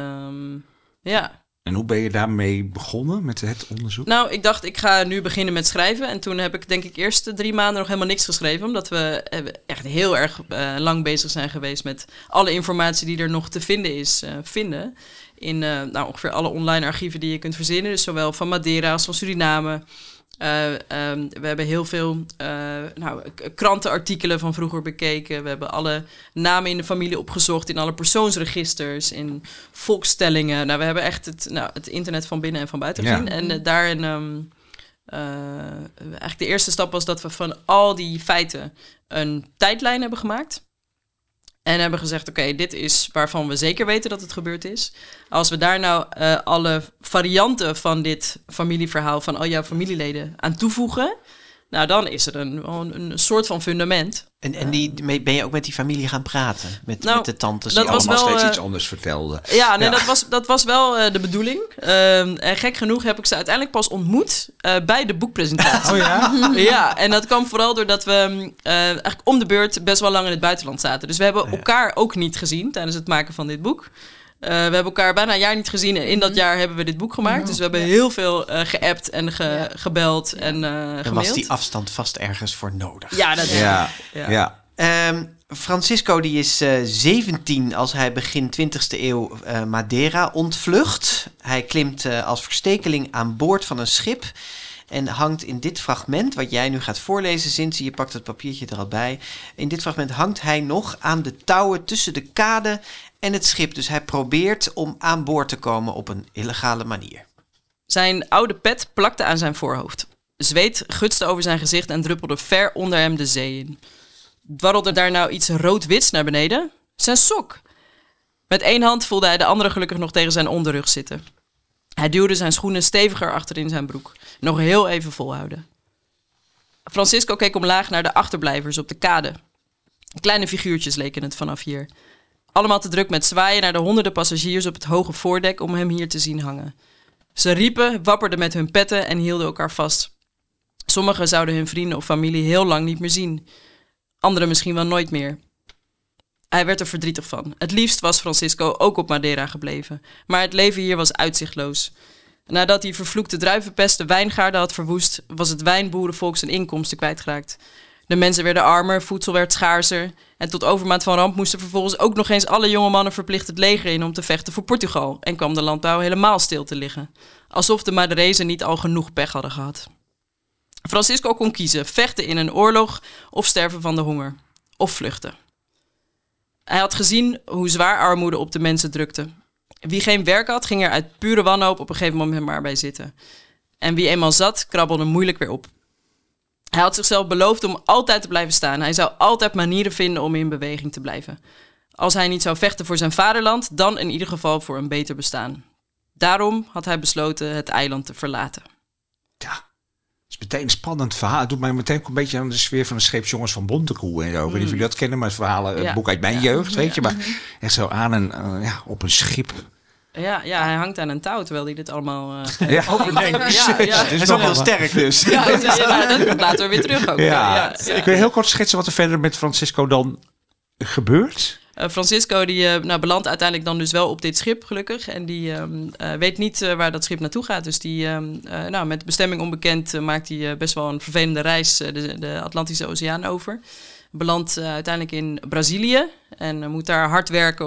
Ja.
En hoe ben je daarmee begonnen met het onderzoek?
Nou, ik dacht, ik ga nu beginnen met schrijven. En toen heb ik denk ik eerst 3 maanden nog helemaal niks geschreven. Omdat we echt heel erg lang bezig zijn geweest met alle informatie die er nog te vinden is, vinden. In ongeveer alle online archieven die je kunt verzinnen. Dus zowel van Madeira als van Suriname. We hebben heel veel krantenartikelen van vroeger bekeken. We hebben alle namen in de familie opgezocht, in alle persoonsregisters, in volkstellingen. Nou, we hebben echt het internet van binnen en van buiten gezien. En daarin, eigenlijk de eerste stap was dat we van al die feiten een tijdlijn hebben gemaakt. En hebben gezegd, oké, dit is waarvan we zeker weten dat het gebeurd is. Als we daar nou alle varianten van dit familieverhaal van al jouw familieleden aan toevoegen, nou dan is er een soort van fundament.
En ben je ook met die familie gaan praten? Met de tantes?
dat
Die
was
allemaal
wel,
steeds iets anders vertelden.
Ja, nee, dat was wel de bedoeling. En gek genoeg heb ik ze uiteindelijk pas ontmoet bij de boekpresentatie.
Oh ja?
Ja, en dat kwam vooral doordat we eigenlijk om de beurt best wel lang in het buitenland zaten. Dus we hebben elkaar ook niet gezien tijdens het maken van dit boek. We hebben elkaar bijna een jaar niet gezien. En in dat jaar hebben we dit boek gemaakt. Dus we hebben heel veel geappt en gebeld en gemaild.
Dan was die afstand vast ergens voor nodig.
Ja, dat
Ja.
Francisco die is 17 als hij begin 20e eeuw Madeira ontvlucht. Hij klimt als verstekeling aan boord van een schip en hangt in dit fragment, wat jij nu gaat voorlezen, Zinzi, je pakt het papiertje er al bij. In dit fragment hangt hij nog aan de touwen tussen de kade en het schip. Dus hij probeert om aan boord te komen op een illegale manier.
Zijn oude pet plakte aan zijn voorhoofd. Zweet gutste over zijn gezicht en druppelde ver onder hem de zee in. Dwarrelde daar nou iets rood-wits naar beneden? Zijn sok. Met 1 hand voelde hij de andere gelukkig nog tegen zijn onderrug zitten. Hij duwde zijn schoenen steviger achter in zijn broek. Nog heel even volhouden. Francisco keek omlaag naar de achterblijvers op de kade. Kleine figuurtjes leken het vanaf hier. Allemaal te druk met zwaaien naar de honderden passagiers op het hoge voordek om hem hier te zien hangen. Ze riepen, wapperden met hun petten en hielden elkaar vast. Sommigen zouden hun vrienden of familie heel lang niet meer zien. Anderen misschien wel nooit meer. Hij werd er verdrietig van. Het liefst was Francisco ook op Madeira gebleven. Maar het leven hier was uitzichtloos. Nadat die vervloekte druivenpest de wijngaarden had verwoest, was het wijnboerenvolk zijn inkomsten kwijtgeraakt. De mensen werden armer, voedsel werd schaarser. En tot overmaat van ramp moesten vervolgens ook nog eens alle jonge mannen verplicht het leger in om te vechten voor Portugal. En kwam de landbouw helemaal stil te liggen. Alsof de Maderezen niet al genoeg pech hadden gehad. Francisco kon kiezen, vechten in een oorlog of sterven van de honger. Of vluchten. Hij had gezien hoe zwaar armoede op de mensen drukte. Wie geen werk had, ging er uit pure wanhoop op een gegeven moment maar bij zitten. En wie eenmaal zat, krabbelde moeilijk weer op. Hij had zichzelf beloofd om altijd te blijven staan. Hij zou altijd manieren vinden om in beweging te blijven. Als hij niet zou vechten voor zijn vaderland, dan in ieder geval voor een beter bestaan. Daarom had hij besloten het eiland te verlaten.
Ja, het is meteen een spannend verhaal. Het doet mij meteen ook een beetje aan de sfeer van de Scheepsjongens van Bontekoe en zo. Ik weet niet of jullie dat kennen, maar het verhalen, het boek uit mijn jeugd, weet je. Maar echt zo aan op een schip.
Ja, hij hangt aan een touw terwijl hij dit allemaal
overdenkt.
Het is ook heel sterk dus.
Dat komt later weer terug ook.
Ik wil heel kort schetsen wat er verder met Francisco dan gebeurt.
Francisco die belandt uiteindelijk dan dus wel op dit schip gelukkig. En die weet niet waar dat schip naartoe gaat. Dus die met bestemming onbekend maakt hij best wel een vervelende reis de Atlantische Oceaan over. Belandt uiteindelijk in Brazilië en moet daar hard werken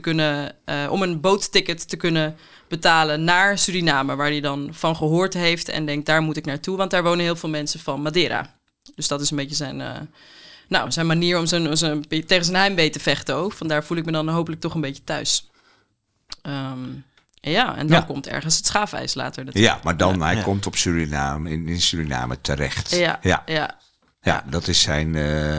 om een bootticket te kunnen betalen naar Suriname, waar hij dan van gehoord heeft en denkt, daar moet ik naartoe, want daar wonen heel veel mensen van Madeira. Dus dat is een beetje zijn manier om tegen zijn heimwee te vechten ook. Vandaar voel ik me dan hopelijk toch een beetje thuis. En dan komt ergens het schaafijs later.
Ja, maar dan hij komt op Suriname, in Suriname terecht. Ja, dat is zijn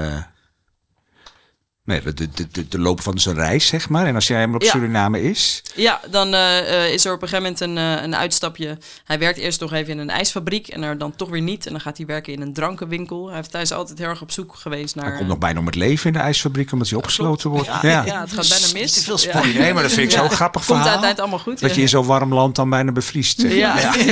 de loop van zijn reis, zeg maar. En als jij hem op Suriname is... Ja,
dan is er op een gegeven moment een uitstapje. Hij werkt eerst nog even in een ijsfabriek en er dan toch weer niet. En dan gaat hij werken in een drankenwinkel. Hij is altijd heel erg op zoek geweest naar...
Hij komt nog bijna om het leven in de ijsfabriek, omdat hij opgesloten wordt.
Ja, het gaat bijna mis.
Te veel spoiler.
Nee, maar dat vind ik zo'n grappig verhaal.
Komt uiteindelijk allemaal goed.
Dat je in zo'n warm land dan bijna bevriest.
Nee,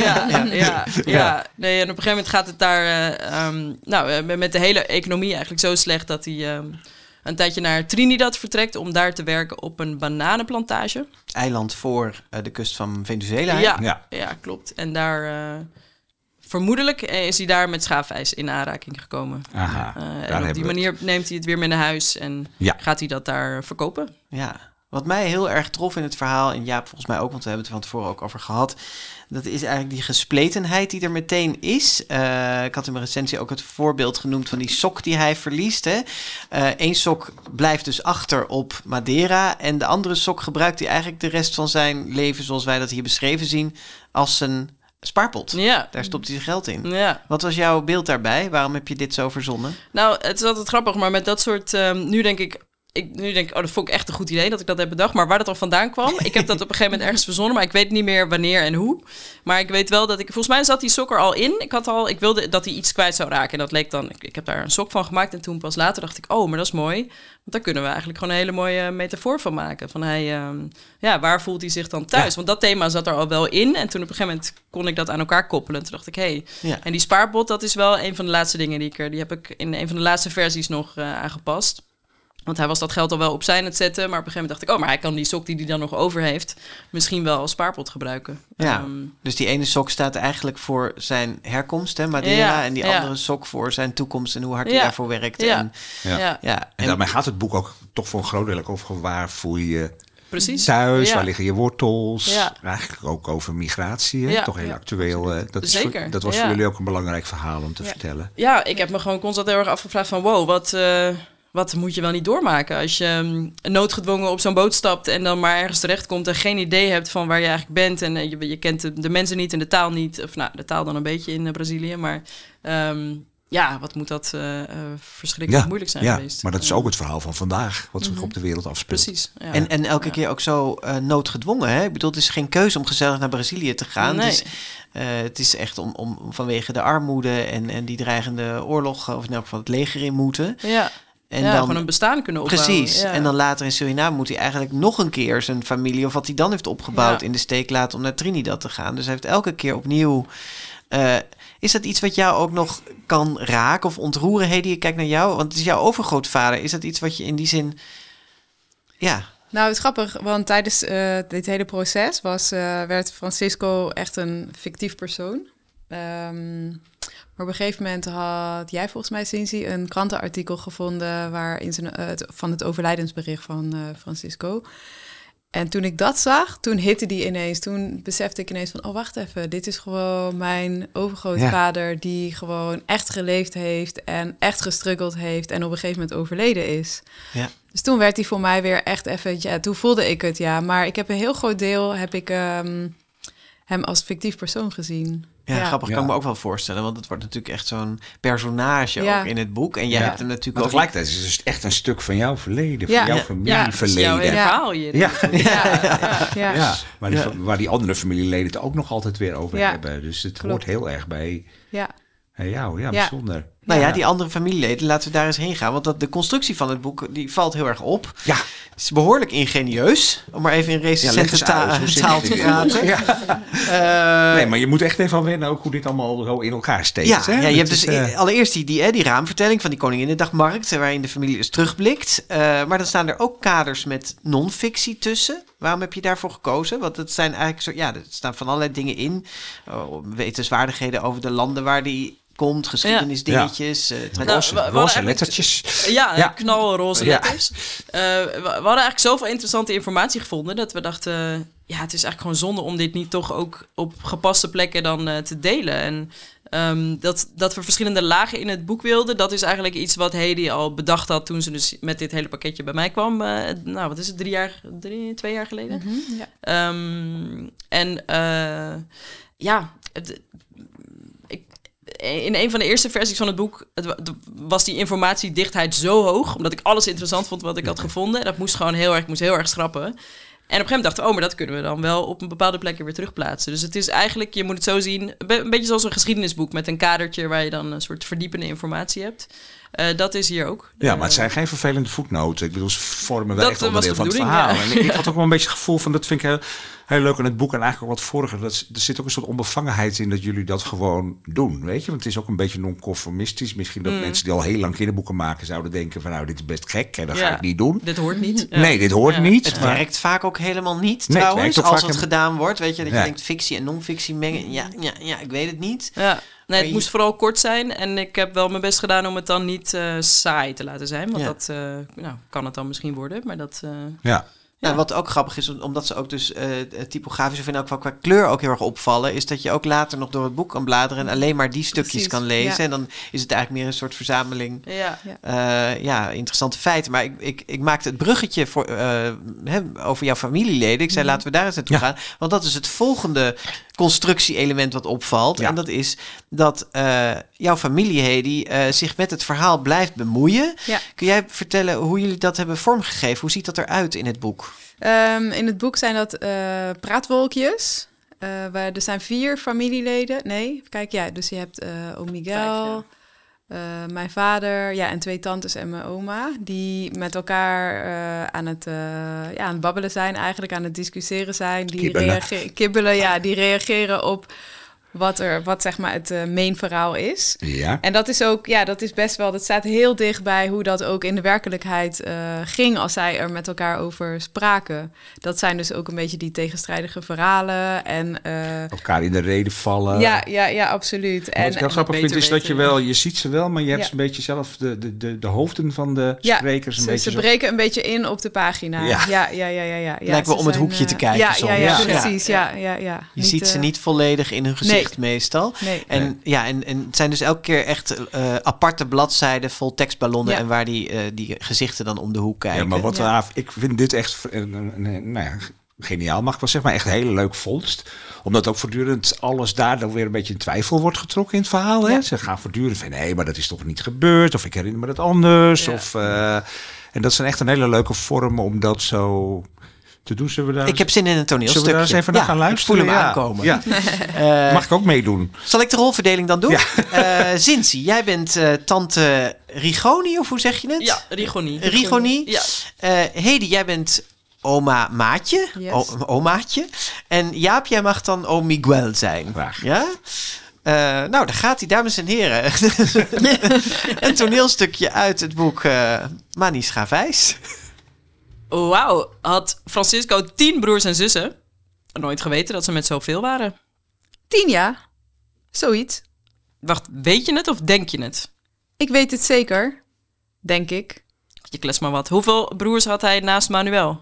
en op een gegeven moment gaat het daar... met de hele economie eigenlijk zo slecht dat hij... een tijdje naar Trinidad vertrekt om daar te werken op een bananenplantage.
Eiland voor de kust van Venezuela.
Ja, klopt. En daar vermoedelijk is hij daar met schaafijs in aanraking gekomen. En op die manier neemt hij het weer mee naar huis en gaat hij dat daar verkopen.
Ja, wat mij heel erg trof in het verhaal, en Jaap volgens mij ook, want we hebben het er van tevoren ook over gehad, dat is eigenlijk die gespletenheid die er meteen is. Ik had in mijn recensie ook het voorbeeld genoemd van die sok die hij verliest. Hè. Eén sok blijft dus achter op Madeira en de andere sok gebruikt hij eigenlijk de rest van zijn leven, zoals wij dat hier beschreven zien, als zijn spaarpot. Ja. Daar stopt hij zijn geld in. Ja. Wat was jouw beeld daarbij? Waarom heb je dit zo verzonnen?
Nou, het is altijd grappig, maar met dat soort... Nu denk ik, dat vond ik echt een goed idee dat ik dat heb bedacht. Maar waar dat al vandaan kwam, ik heb dat op een gegeven moment ergens verzonnen, maar ik weet niet meer wanneer en hoe. Maar ik weet wel dat volgens mij zat die sok er al in. Ik wilde dat hij iets kwijt zou raken. En dat leek dan, ik heb daar een sok van gemaakt. En toen pas later dacht ik, maar dat is mooi. Want daar kunnen we eigenlijk gewoon een hele mooie metafoor van maken. Van waar voelt hij zich dan thuis? Ja. Want dat thema zat er al wel in. En toen op een gegeven moment kon ik dat aan elkaar koppelen. En toen dacht ik, En die spaarbot, dat is wel een van de laatste dingen die heb ik in een van de laatste versies nog aangepast. Want hij was dat geld al wel opzij aan het zetten. Maar op een gegeven moment dacht ik, maar hij kan die sok die hij dan nog over heeft misschien wel als spaarpot gebruiken.
Ja, dus die ene sok staat eigenlijk voor zijn herkomst, hè, Madeira. Ja, en die andere sok voor zijn toekomst en hoe hard hij daarvoor werkt.
En daarmee gaat het boek ook toch voor een groot deel over waar voel je je thuis, waar liggen je wortels. Ja. Eigenlijk ook over migratie, hè? Toch heel actueel. Dat was voor jullie ook een belangrijk verhaal om te vertellen.
Ja, ik heb me gewoon constant heel erg afgevraagd van wat moet je wel niet doormaken als je noodgedwongen op zo'n boot stapt en dan maar ergens terechtkomt en geen idee hebt van waar je eigenlijk bent en je kent de mensen niet en de taal niet. Of de taal dan een beetje in Brazilië, maar wat moet dat verschrikkelijk moeilijk zijn geweest.
Maar dat is ook het verhaal van vandaag, wat zich op de wereld afspeelt.
Precies. Ja.
En elke keer ook zo noodgedwongen. Hè? Ik bedoel, het is geen keuze om gezellig naar Brazilië te gaan.
Nee.
Dus, het is echt om vanwege de armoede en die dreigende oorlog, of in elk geval het leger in moeten.
Ja.
En
dan
dan
gewoon een bestaan kunnen opbouwen.
Precies.
Ja.
En dan later in Suriname moet hij eigenlijk nog een keer zijn familie, of wat hij dan heeft opgebouwd, in de steek laten om naar Trinidad te gaan. Dus hij heeft elke keer opnieuw. Is dat iets wat jou ook nog kan raken of ontroeren? Hedy, ik kijk naar jou, want het is jouw overgrootvader. Is dat iets wat je in die zin... Ja.
Nou, het is grappig, want tijdens dit hele proces werd Francisco echt een fictief persoon. Maar op een gegeven moment had jij volgens mij, Cindy, een krantenartikel gevonden waarin van het overlijdensbericht van Francisco. En toen ik dat zag, toen hitte die ineens. Toen besefte ik ineens van, oh wacht even, dit is gewoon mijn overgrootvader die gewoon echt geleefd heeft en echt gestruggeld heeft en op een gegeven moment overleden is.
Ja.
Dus toen werd hij voor mij weer echt even, toen voelde ik het, maar ik heb een heel groot deel, hem als fictief persoon gezien.
Ja, grappig, kan ik me ook wel voorstellen. Want het wordt natuurlijk echt zo'n personage ook in het boek. En jij hebt hem natuurlijk
maar
ook...
tegelijkertijd is het echt een stuk van jouw verleden. Van jouw familieverleden.
Ja, jouw verhaal hier.
Ja. Maar waar die andere familieleden het ook nog altijd weer over hebben. Dus het hoort heel erg bij jou. Ja, bijzonder.
Nou ja, die andere familieleden, laten we daar eens heen gaan. Want de constructie van het boek, die valt heel erg op.
Ja.
Het is behoorlijk ingenieus, om maar even in recensente taal te praten.
Nee, maar je moet echt even aan wennen ook hoe dit allemaal zo in elkaar steekt.
Ja,
hè?
je hebt dus allereerst die raamvertelling van die Koninginnedagmarkt, waarin de familie dus terugblikt. Maar dan staan er ook kaders met non-fictie tussen. Waarom heb je daarvoor gekozen? Want het zijn eigenlijk er staan van allerlei dingen in. Wetenswaardigheden over de landen waar die komt, geschiedenisdingetjes.
Roze lettertjes.
Knalroze letters. We hadden eigenlijk zoveel interessante informatie gevonden dat we dachten, het is eigenlijk gewoon zonde om dit niet toch ook op gepaste plekken dan te delen. En dat we verschillende lagen in het boek wilden, dat is eigenlijk iets wat Hedy al bedacht had toen ze dus met dit hele pakketje bij mij kwam. Wat is het, 2 jaar geleden? Mm-hmm, in een van de eerste versies van het boek was die informatiedichtheid zo hoog, omdat ik alles interessant vond wat ik had gevonden. Dat moest gewoon heel erg schrappen. En op een gegeven moment dachten we, maar dat kunnen we dan wel op een bepaalde plek weer terugplaatsen. Dus het is eigenlijk, je moet het zo zien, een beetje zoals een geschiedenisboek met een kadertje waar je dan een soort verdiepende informatie hebt. Dat is hier ook.
Ja, maar het zijn geen vervelende voetnoten. Ik bedoel, ze vormen wel echt onderdeel van het verhaal. Ja. En ik had ook wel een beetje het gevoel van, dat vind ik heel leuk aan het boek en eigenlijk ook wat vorige. Er zit ook een soort onbevangenheid in dat jullie dat gewoon doen, weet je? Want het is ook een beetje non-conformistisch. Misschien dat mensen die al heel lang kinderboeken maken zouden denken van, nou, dit is best gek en dat ga ik niet doen.
Dit hoort niet.
Nee, dit hoort niet.
Het werkt vaak ook helemaal niet, trouwens, als het gedaan wordt. Weet je, dat je denkt fictie en non-fictie mengen. Ja, ik weet het niet.
Ja. Nee, het moest vooral kort zijn en ik heb wel mijn best gedaan om het dan niet saai te laten zijn. Want dat kan het dan misschien worden, maar dat...
Ja, wat ook grappig is, omdat ze ook dus typografisch of in elk geval qua kleur ook heel erg opvallen, is dat je ook later nog door het boek kan bladeren en alleen maar die stukjes kan lezen. Ja. En dan is het eigenlijk meer een soort verzameling interessante feiten. Maar ik maakte het bruggetje over jouw familieleden. Ik zei, laten we daar eens naartoe gaan. Want dat is het volgende constructie-element wat opvalt. Ja. En dat is dat jouw familie, Hedy, zich met het verhaal blijft bemoeien. Ja. Kun jij vertellen hoe jullie dat hebben vormgegeven? Hoe ziet dat eruit in het boek?
In het boek zijn dat praatwolkjes. Er zijn 4 familieleden. Nee, kijk, dus je hebt oom Miguel, 5, mijn vader, en 2 tantes en mijn oma, die met elkaar aan het babbelen zijn, eigenlijk aan het discussiëren zijn. Die reageren op wat zeg maar het main verhaal is. Ja. En dat is ook, dat is best wel, dat staat heel dicht bij hoe dat ook in de werkelijkheid ging als zij er met elkaar over spraken. Dat zijn dus ook een beetje die tegenstrijdige verhalen en
elkaar in de reden vallen.
Ja, absoluut.
Wat ik heel grappig vind is dat je ziet ze wel, maar je hebt een beetje zelf de hoofden van de sprekers een beetje.
Ze breken een beetje in op de pagina. Ja.
Lijkt wel om het hoekje te kijken.
Ja, precies. Ja.
Je ziet ze niet volledig in hun gezicht. Meestal. Nee. En het zijn dus elke keer echt aparte bladzijden vol tekstballonnen en waar die gezichten dan om de hoek kijken.
Ja, maar ik vind dit echt geniaal mag ik wel zeggen, maar echt een hele leuk vondst. Omdat ook voortdurend alles daar dan weer een beetje in twijfel wordt getrokken in het verhaal. Hè?
Ja.
Ze gaan voortdurend van, nee, maar dat is toch niet gebeurd. Of ik herinner me dat anders.
Ja.
En dat zijn echt een hele leuke vormen om dat zo te doen. Zullen we daar,
Ik heb zin in een toneelstukje.
zullen we daar eens even naar gaan luisteren?
Ik voel hem aankomen.
Ja. Mag ik ook meedoen?
Zal ik de rolverdeling dan doen? Zinzi, jij bent tante Rigoni, of hoe zeg je het?
Ja, Rigoni.
Rigoni.
Ja.
Hedy, jij bent oma Maatje.
Yes.
Omaatje. En Jaap, jij mag dan oom Miguel zijn.
Graag.
Ja? Nou, daar gaat hij, dames en heren. Een toneelstukje uit het boek Mani Schaafijs.
Wauw, had Francisco 10 broers en zussen. Nooit geweten dat ze met zoveel waren.
10 jaar. Zoiets.
Wacht, weet je het of denk je het?
Ik weet het zeker. Denk ik.
Je klets maar wat. Hoeveel broers had hij naast Manuel?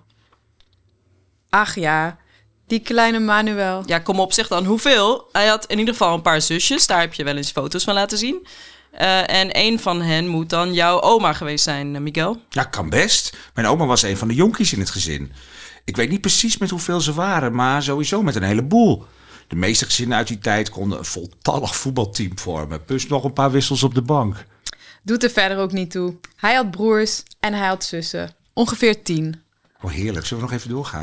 Ach ja, die kleine Manuel.
Ja, kom op, zeg dan hoeveel. Hij had in ieder geval een paar zusjes. Daar heb je wel eens foto's van laten zien. En één van hen moet dan jouw oma geweest zijn, Miguel.
Ja, kan best. Mijn oma was een van de jonkies in het gezin. Ik weet niet precies met hoeveel ze waren, maar sowieso met een heleboel. De meeste gezinnen uit die tijd konden een voltallig voetbalteam vormen. Plus nog een paar wissels op de bank.
Doet er verder ook niet toe. Hij had broers en hij had zussen. Ongeveer 10.
Oh, heerlijk. Zullen we nog even doorgaan?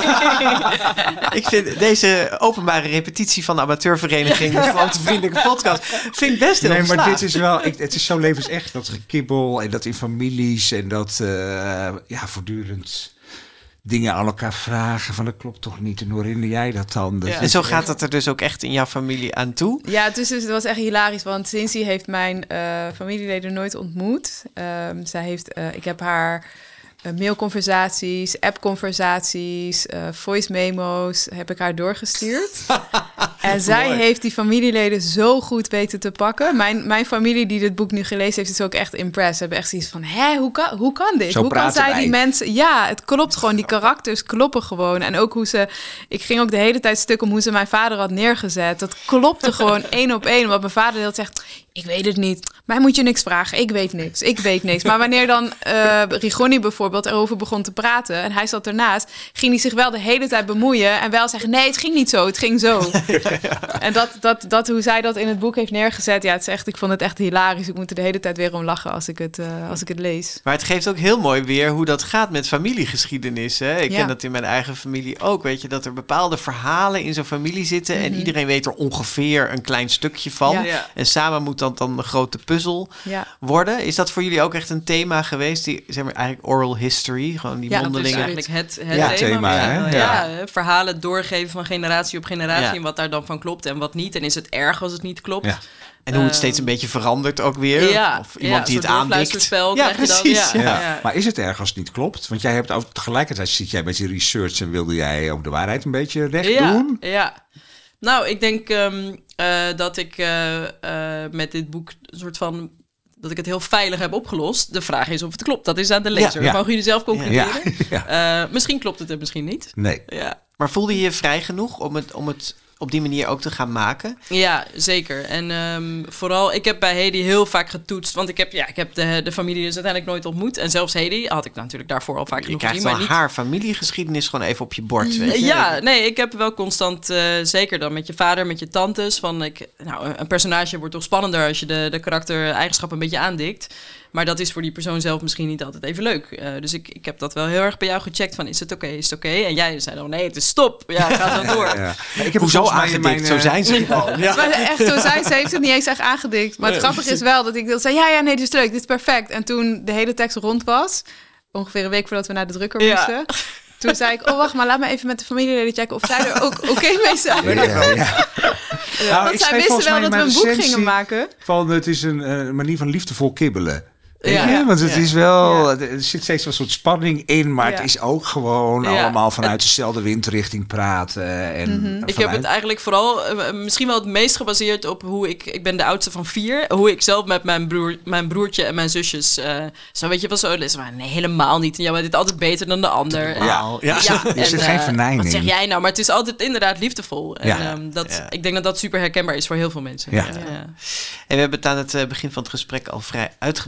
Ik vind deze openbare repetitie van de amateurvereniging van de Vriendelijke Podcast vind ik best heel
Nee, maar
geslaagd.
dit is wel... het is zo levensecht, dat gekibbel en dat in families en dat voortdurend dingen aan elkaar vragen van dat klopt toch niet en hoe herinner jij dat dan? Dat
Ja.
En zo gaat dat er dus ook echt in jouw familie aan toe.
Ja, dus het was echt hilarisch, want Cincy heeft mijn familieleden nooit ontmoet. Zij heeft, ik heb haar mailconversaties, appconversaties, voice memo's heb ik haar doorgestuurd. En zij heeft die familieleden zo goed weten te pakken. Mijn familie die dit boek nu gelezen heeft, is ook echt impressed. Ze hebben echt zoiets van, hoe kan dit?
Zo
Hoe kan
praten
zij
wij.
die mensen... Ja, het klopt gewoon. Die karakters kloppen gewoon. En ook hoe ze... Ik ging ook de hele tijd stuk om hoe ze mijn vader had neergezet. Dat klopte gewoon 1 op 1. Omdat mijn vader de hele tijd zegt, ik weet het niet. Mij moet je niks vragen. Ik weet niks. Maar wanneer dan Rigoni bijvoorbeeld erover begon te praten en hij zat ernaast, ging hij zich wel de hele tijd bemoeien en wel zeggen, nee, het ging niet zo, het ging zo. En dat hoe zij dat in het boek heeft neergezet, ja, het is echt, ik vond het echt hilarisch. Ik moet er de hele tijd weer om lachen als ik het lees.
Maar het geeft ook heel mooi weer hoe dat gaat met familiegeschiedenis. Hè? Ik
Ja.
ken dat in mijn eigen familie ook. Weet je, dat er bepaalde verhalen in zo'n familie zitten en iedereen weet er ongeveer een klein stukje van.
Ja.
Ja.
En samen moet dat dan een grote puzzel
Ja.
worden. Is dat voor jullie ook echt een thema geweest? Die, zeg maar, eigenlijk oral history, gewoon die
Ja,
Dat is
mondelinge...
eigenlijk het
Ja,
thema.
hè?
Ja, verhalen doorgeven van generatie op generatie
Ja.
en wat daar dan van klopt en wat niet. En is het erg als het niet klopt?
Ja.
En hoe het steeds een beetje verandert ook weer.
Ja,
Of iemand die
een
het
soort
aandikt.
doorfluisterspel
Ja,
krijg je dan.
precies.
Ja,
Ja.
ja.
Maar is het erg als het niet klopt? Want jij hebt ook tegelijkertijd zit jij met die research en wilde jij ook de waarheid een beetje recht doen?
Ja. Nou, ik denk dat ik met dit boek een soort van dat ik het heel veilig heb opgelost. De vraag is of het klopt. Dat is aan de lezer.
Ja.
Dat mogen jullie zelf concluderen.
Ja.
Misschien klopt het en misschien niet.
Nee.
Ja.
Maar voelde je je vrij genoeg om het op die manier ook te gaan maken?
Ja, zeker. En vooral, ik heb bij Hedy heel vaak getoetst. Want ik heb de familie dus uiteindelijk nooit ontmoet. En zelfs Hedy had ik natuurlijk daarvoor al vaak
Je
genoeg
krijgt
gezien.
wel
Maar niet
haar familiegeschiedenis gewoon even op je bord. Weet je?
Ja, nee, ik heb wel constant, zeker dan met je vader, met je tantes. Een personage wordt toch spannender als je de karaktereigenschappen een beetje aandikt. Maar dat is voor die persoon zelf misschien niet altijd even leuk. Dus ik heb dat wel heel erg bij jou gecheckt van, is het oké? En jij zei dan, nee, het is stop. Ja, ga dan door.
Ja. Maar ik heb
Hoezo
volgens mij in
aangedikt? Zo zijn ze gewoon. Ja.
Maar echt, zo zei ze heeft het niet eens echt aangedikt. Maar het grappige is wel dat ik zei, ja, nee, dit is leuk, dit is perfect. En toen de hele tekst rond was, ongeveer een week voordat we naar de drukker
Ja.
moesten, toen zei ik, wacht maar, laat me even met de familieleden checken of zij er ook oké mee zijn.
Ja. Nou,
Want zij wisten wel dat we een boek gingen maken.
Van, het is een manier van liefdevol kibbelen.
Ja.
Ja, want het
Ja.
is wel,
Ja.
er zit steeds wel een soort spanning in, maar
Ja.
het is ook gewoon
Ja.
allemaal vanuit dezelfde windrichting praten. En
Ik heb het eigenlijk vooral misschien wel het meest gebaseerd op hoe ik ben de oudste van 4, hoe ik zelf met mijn broertje en mijn zusjes, zo weet je wel zo, dus, maar nee, helemaal niet. En jij bent dit altijd beter dan de ander.
Ja. Ja.
Er zit geen verneining.
Wat zeg jij nou? Maar het is altijd inderdaad liefdevol. En,
Ja.
Ja.
Ik denk dat dat super herkenbaar is voor heel veel mensen.
Ja.
En we hebben het aan het begin van het gesprek al vrij uitgebreid over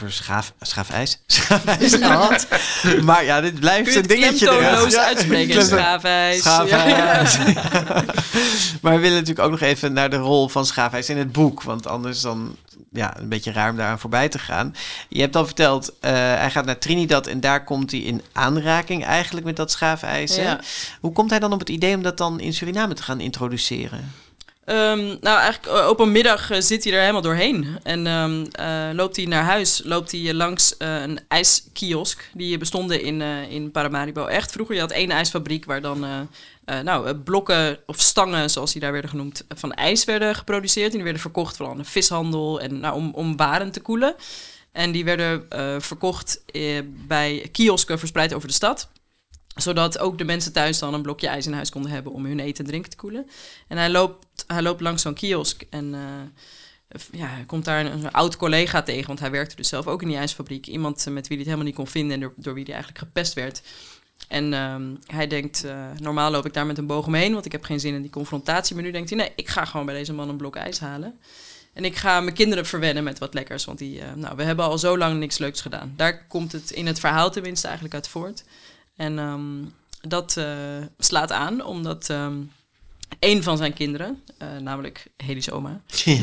over schaafijs gehad. Maar ja, dit blijft een dingetje.
Klemtoonloos uitspreken. Schaafijs.
Schaafijs. Maar we willen natuurlijk ook nog even naar de rol van schaafijs in het boek. Want anders dan een beetje raar om daaraan voorbij te gaan. Je hebt al verteld, hij gaat naar Trinidad en daar komt hij in aanraking eigenlijk met dat schaafijs.
Ja.
Hoe komt hij dan op het idee om dat dan in Suriname te gaan introduceren?
Eigenlijk op een middag zit hij er helemaal doorheen. En loopt hij naar huis, loopt hij langs een ijskiosk. Die bestonden in Paramaribo. Echt vroeger, je had 1 ijsfabriek waar dan blokken of stangen, zoals die daar werden genoemd, van ijs werden geproduceerd. En die werden verkocht vooral aan de vishandel en om waren te koelen. En die werden verkocht bij kiosken verspreid over de stad. Zodat ook de mensen thuis dan een blokje ijs in huis konden hebben om hun eten en drinken te koelen. En hij loopt langs zo'n kiosk en hij komt daar een oud collega tegen. Want hij werkte dus zelf ook in die ijsfabriek. Iemand met wie hij het helemaal niet kon vinden en door wie hij eigenlijk gepest werd. En hij denkt, normaal loop ik daar met een boog omheen, want ik heb geen zin in die confrontatie. Maar nu denkt hij, nee, ik ga gewoon bij deze man een blok ijs halen. En ik ga mijn kinderen verwennen met wat lekkers. Want we hebben al zo lang niks leuks gedaan. Daar komt het in het verhaal tenminste eigenlijk uit voort. En dat slaat aan, omdat een van zijn kinderen, namelijk Heli's oma...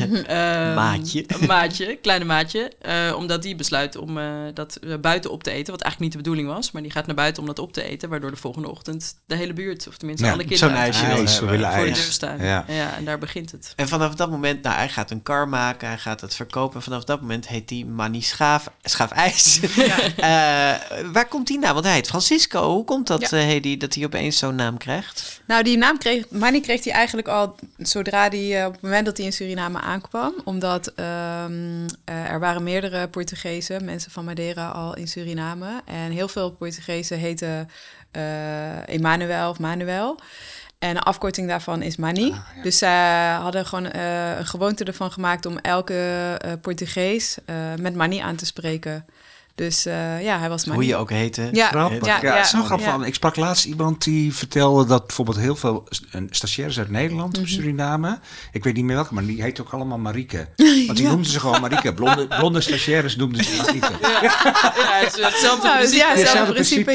Maatje.
Kleine maatje. Omdat die besluit om dat buiten op te eten, wat eigenlijk niet de bedoeling was. Maar die gaat naar buiten om dat op te eten, waardoor de volgende ochtend de hele buurt, of tenminste alle kinderen,
zo'n ijsje
we willen
voor de
ijs.
deur staan.
Ja.
Ja, en daar begint het.
En vanaf dat moment, hij gaat een kar maken, hij gaat het verkopen. En vanaf dat moment heet hij Manny Schaafijs. Waar komt die naam? Want hij heet Francisco. Hoe komt dat, Hedy, dat hij opeens zo'n naam krijgt?
Nou, die naam Manny kreeg hij eigenlijk al zodra hij op het moment dat hij in Suriname aankwam. Omdat er waren meerdere Portugezen, mensen van Madeira, al in Suriname. En heel veel Portugezen heten Emmanuel of Manuel. En de afkorting daarvan is Manny. Dus zij hadden gewoon een gewoonte ervan gemaakt om elke Portugees met Manny aan te spreken. Dus hij was Manny.
Hoe je ook heette.
Ja,
Grappig. Ja, zo grappig. Ik sprak laatst iemand die vertelde dat bijvoorbeeld heel veel stagiaires uit Nederland op Suriname, ik weet niet meer welke, maar die heet ook allemaal Marieke. Want die noemden ze gewoon Marieke. Blonde stagiaires noemden ze Marieke.
Het is hetzelfde principe.
Ja, hetzelfde principe,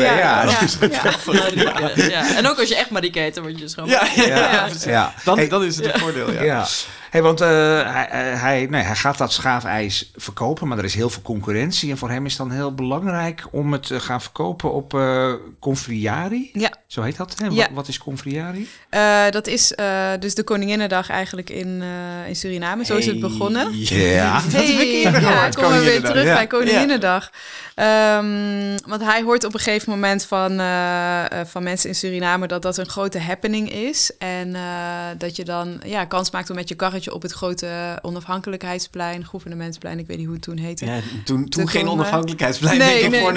Ja. En ook als je echt Marieke heet, dan word je dus gewoon...
Dan is het een voordeel,
Hey, want hij gaat dat schaafijs verkopen, maar er is heel veel concurrentie. En voor hem is het dan heel belangrijk om het te gaan verkopen op Confriari.
Ja.
Zo heet dat, hè?
Ja.
Wat is Confriari?
Dat is dus de Koninginnedag eigenlijk in Suriname. Zo is het begonnen.
Ja.
Komen we weer terug bij Koninginnedag. Want hij hoort op een gegeven moment van mensen in Suriname dat een grote happening is. En dat je dan kans maakt om met je karretje op het grote onafhankelijkheidsplein, gouvernementsplein, ik weet niet hoe het toen heette.
Ja, toen geen onafhankelijkheidsplein, denk ik, voor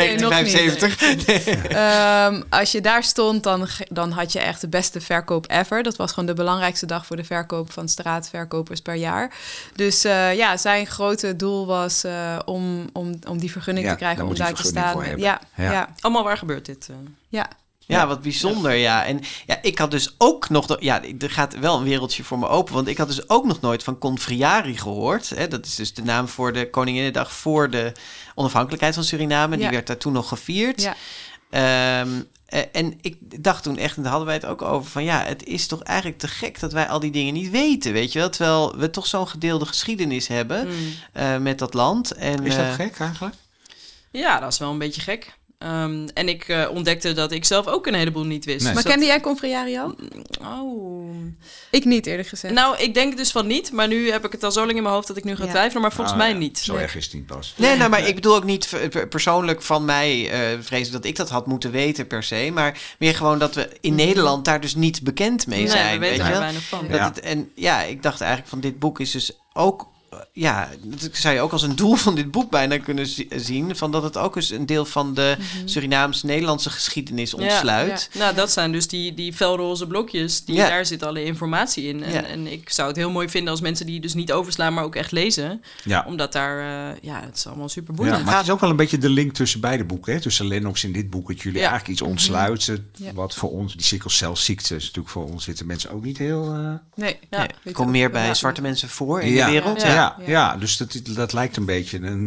1975.
Als je daar stond, dan had je echt de beste verkoop ever. Dat was gewoon de belangrijkste dag voor de verkoop van straatverkopers per jaar. Dus zijn grote doel was om die vergunning te krijgen om daar te staan. Ja.
Allemaal waar gebeurt dit?
Ja, wat bijzonder, ja. En ik had dus ook nog... Ja, er gaat wel een wereldje voor me open. Want ik had dus ook nog nooit van Confriari gehoord. Hè? Dat is dus de naam voor de Koninginnedag voor de onafhankelijkheid van Suriname. Die werd daar toen nog gevierd.
Ja.
En ik dacht toen echt, en daar hadden wij het ook over, van het is toch eigenlijk te gek dat wij al die dingen niet weten, weet je wel? Terwijl we toch zo'n gedeelde geschiedenis hebben met dat land. En,
is dat gek eigenlijk?
Ja, dat is wel een beetje gek. En ik ontdekte dat ik zelf ook een heleboel niet wist.
Nee.
Maar kende jij Confriari al?
Oh.
Ik niet, eerlijk gezegd.
Nou, ik denk dus van niet. Maar nu heb ik het al zo lang in mijn hoofd dat ik nu ga twijfelen. Maar volgens mij niet.
Zo erg is het niet pas.
Nee, maar ik bedoel ook niet persoonlijk van mij vrezen dat ik dat had moeten weten per se. Maar meer gewoon dat we in Nederland daar dus niet bekend mee zijn.
Nee, we weten
weet
er
je?
weinig van.
Ik dacht eigenlijk van dit boek is dus ook... dat zou je ook als een doel van dit boek bijna kunnen zien. Van dat het ook eens een deel van de Surinaams-Nederlandse geschiedenis ontsluit.
Ja. Nou, dat zijn dus die felroze blokjes. Daar zit alle informatie in. En ik zou het heel mooi vinden als mensen die dus niet overslaan, maar ook echt lezen. Ja. Omdat daar, het is allemaal super boeiend.
Ja, maar het is ook wel een beetje de link tussen beide boeken. Hè? Tussen Lennox in dit boek, dat jullie eigenlijk iets ontsluiten. Wat voor ons, die sikkelcelziekte is natuurlijk voor ons, zitten mensen ook niet heel...
Nee.
Komt meer bij zwarte mensen voor in de wereld.
Ja, dus dat lijkt een beetje een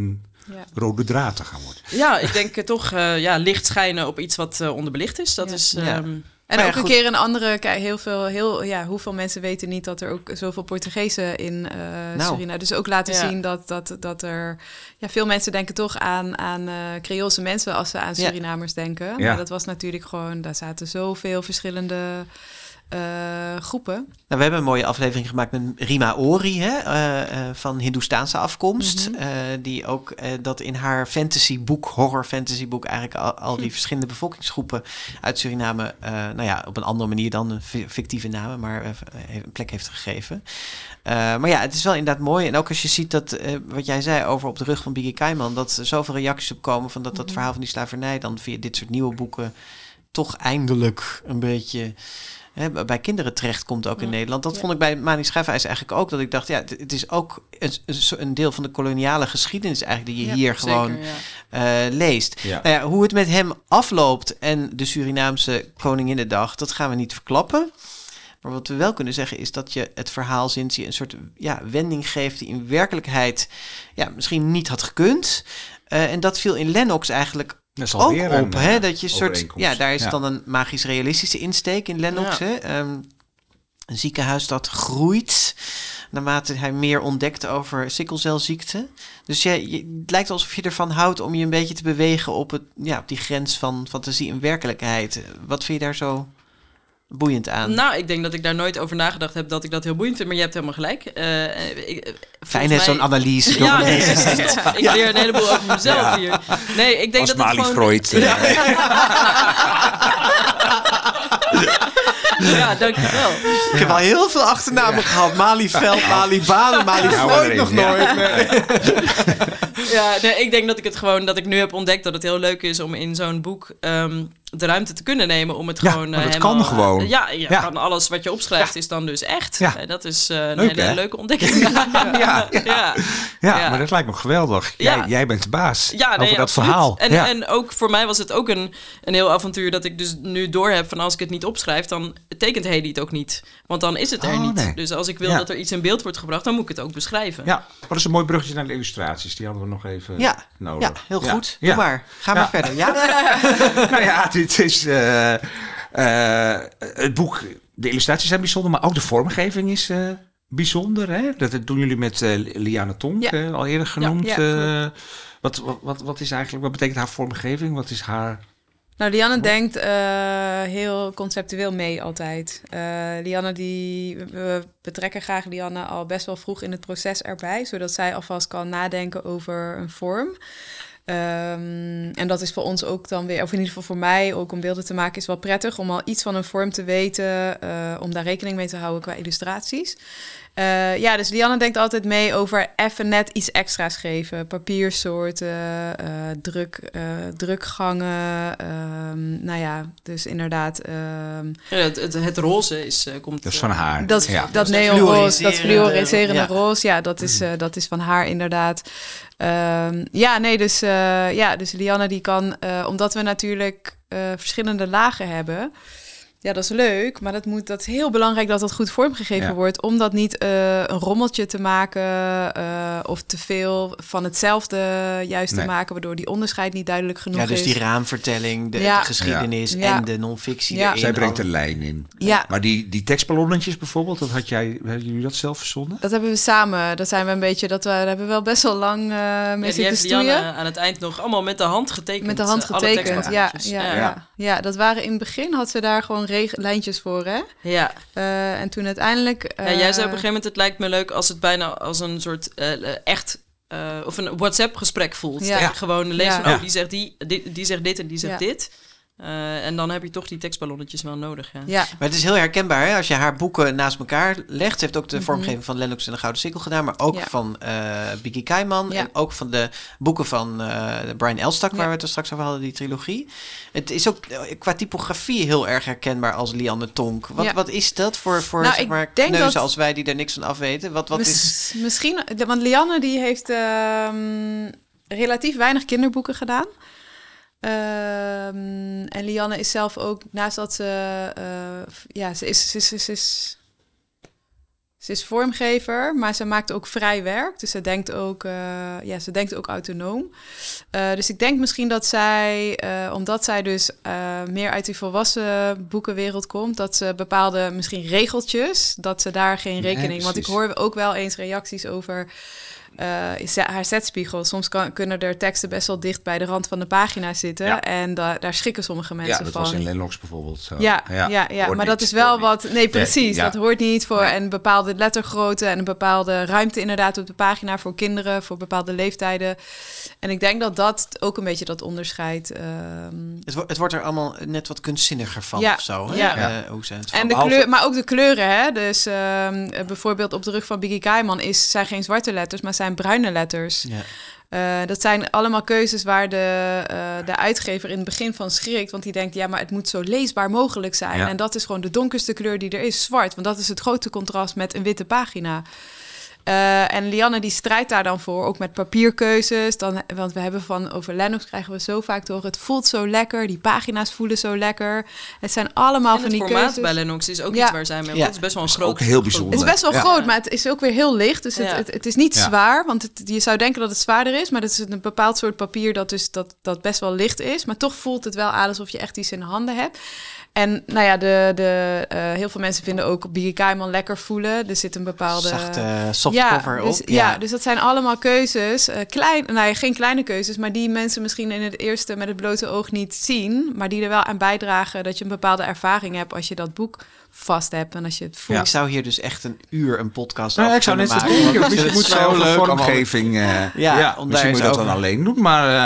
rode draad te gaan worden.
Ja, ik denk toch licht schijnen op iets wat onderbelicht is. Dat is...
En ook een keer een andere, kijk, hoeveel mensen weten niet dat er ook zoveel Portugezen in Suriname. Dus ook laten zien dat er... Ja, veel mensen denken toch aan Creoolse mensen als ze aan Surinamers denken. Ja. Maar dat was natuurlijk gewoon, daar zaten zoveel verschillende groepen. Nou,
we hebben een mooie aflevering gemaakt met Rima Ori, van Hindoestaanse afkomst. Die ook dat in haar fantasyboek, horror fantasyboek, eigenlijk al die verschillende bevolkingsgroepen uit Suriname, op een andere manier dan een fictieve namen, maar een plek heeft gegeven. Maar ja, het is wel inderdaad mooi. En ook als je ziet dat, wat jij zei over op de rug van Biggie Kaiman, dat er zoveel reacties op komen van dat verhaal van die slavernij dan via dit soort nieuwe boeken toch eindelijk een beetje bij kinderen terechtkomt ook in Nederland. Dat vond ik bij Mani Schijfijs eigenlijk ook. Dat ik dacht, het is ook een deel van de koloniale geschiedenis eigenlijk die je hier gewoon leest. Ja. Nou ja, hoe het met hem afloopt en de Surinaamse Koninginnedag, dat gaan we niet verklappen. Maar wat we wel kunnen zeggen is dat je het verhaal sinds je een soort wending geeft die in werkelijkheid misschien niet had gekund. En dat viel in Lennox eigenlijk ook op, dat je soort, daar is dan een magisch-realistische insteek in Lennox. Ja. Een ziekenhuis dat groeit naarmate hij meer ontdekt over sikkelcelziekte. Dus het lijkt alsof je ervan houdt om je een beetje te bewegen op op die grens van fantasie en werkelijkheid. Wat vind je daar zo boeiend aan?
Nou, ik denk dat ik daar nooit over nagedacht heb dat ik dat heel boeiend vind, maar je hebt helemaal gelijk.
Fijn is zo'n analyse.
Ik leer een heleboel over mezelf hier. Nee, ik denk
als
dat
Mali
het gewoon...
Freud.
Ja, dankjewel.
Ik heb al heel veel achternamen gehad. Mali Veld, Mali Baan, Mali Freud nog nooit.
Nee, ik denk dat ik nu heb ontdekt dat het heel leuk is om in zo'n boek de ruimte te kunnen nemen om het gewoon
maar dat
helemaal...
kan gewoon.
Kan alles wat je opschrijft is dan dus echt.
Ja.
Dat is een hele leuke ontdekking.
Maar dat lijkt me geweldig. Jij bent de baas over dat
absoluut.
Verhaal.
En ook voor mij was het ook een heel avontuur dat ik dus nu doorheb van als ik het niet opschrijf, dan tekent Hedy het ook niet. Want dan is het er niet. Nee. Dus als ik wil dat er iets in beeld wordt gebracht, dan moet ik het ook beschrijven.
Ja, dat is een mooi bruggetje naar de illustraties. Die hadden we nog even nodig.
Ja, heel goed. Doe maar. Ga maar verder. Ja?
Nou ja, dit is het boek. De illustraties zijn bijzonder, maar ook de vormgeving is bijzonder. Hè? Dat doen jullie met Liane Tonk, al eerder genoemd. Wat is eigenlijk, wat betekent haar vormgeving? Wat is haar...
Nou, Lianne denkt heel conceptueel mee altijd. We betrekken graag Lianne al best wel vroeg in het proces erbij, zodat zij alvast kan nadenken over een vorm. En dat is voor ons ook dan weer, of in ieder geval voor mij, ook om beelden te maken, is wel prettig om al iets van een vorm te weten, om daar rekening mee te houden qua illustraties. Dus Lianne denkt altijd mee over even net iets extra's geven. Papiersoorten, drukgangen. Dus inderdaad...
het roze komt...
Dat is van haar.
Dat neonroze, dat fluoriserende roze. Dat is van haar inderdaad. Dus Lianne die kan... omdat we natuurlijk verschillende lagen hebben... Ja, dat is leuk, maar dat is heel belangrijk dat dat goed vormgegeven wordt. Om dat niet een rommeltje te maken of te veel van hetzelfde juist te maken, waardoor die onderscheid niet duidelijk genoeg is.
Ja, dus die raamvertelling, de geschiedenis en de non-fictie erin.
Zij brengt een lijn in.
Ja.
Maar die tekstballonnetjes bijvoorbeeld, hebben jullie dat zelf verzonnen?
Dat hebben we samen. Dat zijn we een beetje, daar hebben we wel best wel lang mee zitten stoeien.
Die heeft aan het eind nog allemaal met de hand getekend.
Met de hand getekend, ja. Dat waren in het begin, had ze daar gewoon lijntjes voor, hè?
Ja.
En toen uiteindelijk...
jij zei op een gegeven moment, het lijkt me leuk als het bijna als een soort of een WhatsApp-gesprek voelt. Ja. Gewoon lees van, die zegt die zegt dit en die zegt dit. En dan heb je toch die tekstballonnetjes wel nodig. Ja.
Maar het is heel herkenbaar, hè? Als je haar boeken naast elkaar legt. Ze heeft ook de vormgeving van Lennox en de Gouden Sikkel gedaan, maar ook van Biggie Kaiman en ook van de boeken van Brian Elstak, waar we het er straks over hadden, die trilogie. Het is ook qua typografie heel erg herkenbaar als Lianne Tonk. Wat is dat voor zeg maar, kneuzen als wij die er niks van af weten? Wat is...
Misschien, want Lianne die heeft relatief weinig kinderboeken gedaan. En Lianne is zelf ook, naast dat ze... Ze is vormgever, maar ze maakt ook vrij werk. Dus ze denkt ook autonoom. Dus ik denk misschien dat zij, omdat zij dus meer uit die volwassen boekenwereld komt, dat ze bepaalde misschien regeltjes, dat ze daar geen rekening... want ik hoor ook wel eens reacties over haar zetspiegel. Soms kunnen er teksten best wel dicht bij de rand van de pagina zitten. Ja. En daar schrikken sommige mensen van.
Ja, dat was in Lennox bijvoorbeeld zo.
Ja, maar dat is wel wat... Nee, precies. Dat hoort niet voor een bepaalde lettergrootte en een bepaalde ruimte inderdaad op de pagina voor kinderen, voor bepaalde leeftijden. En ik denk dat ook een beetje dat onderscheidt.
Het wordt er allemaal net wat kunstzinniger van of zo. Hè?
Ja.
Hoe ze het
en de kleur, maar ook de kleuren. Hè? Dus bijvoorbeeld op de rug van Biggie Kaiman zijn geen zwarte letters, maar zijn bruine letters. Ja. Dat zijn allemaal keuzes waar de uitgever in het begin van schrikt. Want die denkt, maar het moet zo leesbaar mogelijk zijn. Ja. En dat is gewoon de donkerste kleur die er is, zwart. Want dat is het grote contrast met een witte pagina. En Lianne die strijdt daar dan voor, ook met papierkeuzes. Want we hebben over Lennox krijgen we zo vaak te horen, het voelt zo lekker, die pagina's voelen zo lekker. Het zijn allemaal van die keuzes.
Het formaat bij Lennox is ook iets waar zij mee. Het is best wel een groot.
Ook heel bijzonder.
Het is best wel groot, maar het is ook weer heel licht. Dus het is niet zwaar, want je zou denken dat het zwaarder is, maar het is een bepaald soort papier dat best wel licht is. Maar toch voelt het wel aan alsof je echt iets in de handen hebt. En heel veel mensen vinden ook Biggie Kaiman lekker voelen. Er zit een bepaalde...
zachte softcover op.
Dus dat zijn allemaal keuzes. Geen kleine keuzes, maar die mensen misschien in het eerste met het blote oog niet zien. Maar die er wel aan bijdragen dat je een bepaalde ervaring hebt als je dat boek vast hebt en als je het voelt.
Ik zou hier dus echt een podcast over
ik zou net
maken.
Je moet zo leuk vormgeving. Misschien moet je dat dan alleen doen, maar...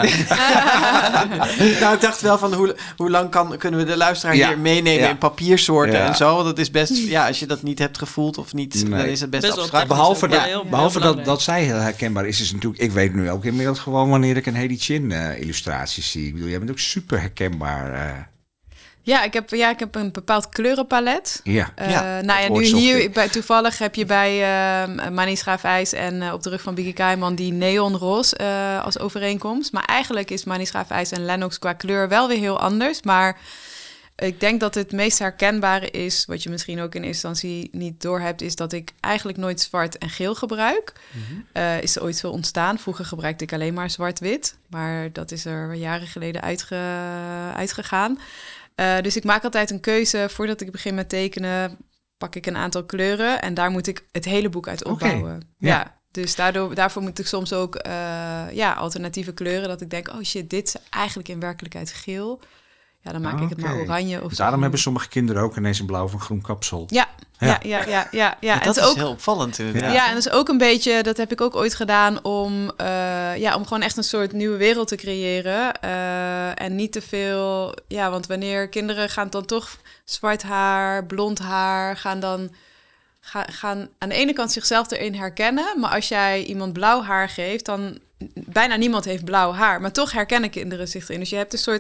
Ik dacht wel van hoe lang kunnen we de luisteraar hier meenemen in papiersoorten en zo. Want dat is best, als je dat niet hebt gevoeld of niet, dan is het best abstract.
Behalve dat zij heel herkenbaar is natuurlijk... Ik weet nu ook inmiddels gewoon wanneer ik een Hedy Chin illustratie zie. Ik bedoel, jij bent ook super herkenbaar...
Ja, ik heb een bepaald kleurenpalet. Toevallig heb je bij Mani Schaafijs en op de rug van Biggie Kaiman die neonroze als overeenkomst. Maar eigenlijk is Mani Schaafijs en Lennox qua kleur wel weer heel anders. Maar ik denk dat het meest herkenbare is, wat je misschien ook in eerste instantie niet doorhebt, is dat ik eigenlijk nooit zwart en geel gebruik. Mm-hmm. Is er ooit zo ontstaan. Vroeger gebruikte ik alleen maar zwart-wit. Maar dat is er jaren geleden uitgegaan. Dus ik maak altijd een keuze. Voordat ik begin met tekenen, pak ik een aantal kleuren. En daar moet ik het hele boek uit opbouwen. Dus daarvoor moet ik soms ook alternatieve kleuren. Dat ik denk, oh shit, dit is eigenlijk in werkelijkheid geel. Ja, dan maak ik het maar oranje. Of
daarom hebben sommige kinderen ook ineens een blauw of een groen kapsel.
Ja.
Dat is ook heel opvallend inderdaad.
Ja, en dat is ook een beetje, dat heb ik ook ooit gedaan om gewoon echt een soort nieuwe wereld te creëren. En niet te veel, want wanneer kinderen gaan dan toch zwart haar, blond haar, gaan aan de ene kant zichzelf erin herkennen. Maar als jij iemand blauw haar geeft, dan bijna niemand heeft blauw haar. Maar toch herkennen kinderen zich erin. Dus je hebt je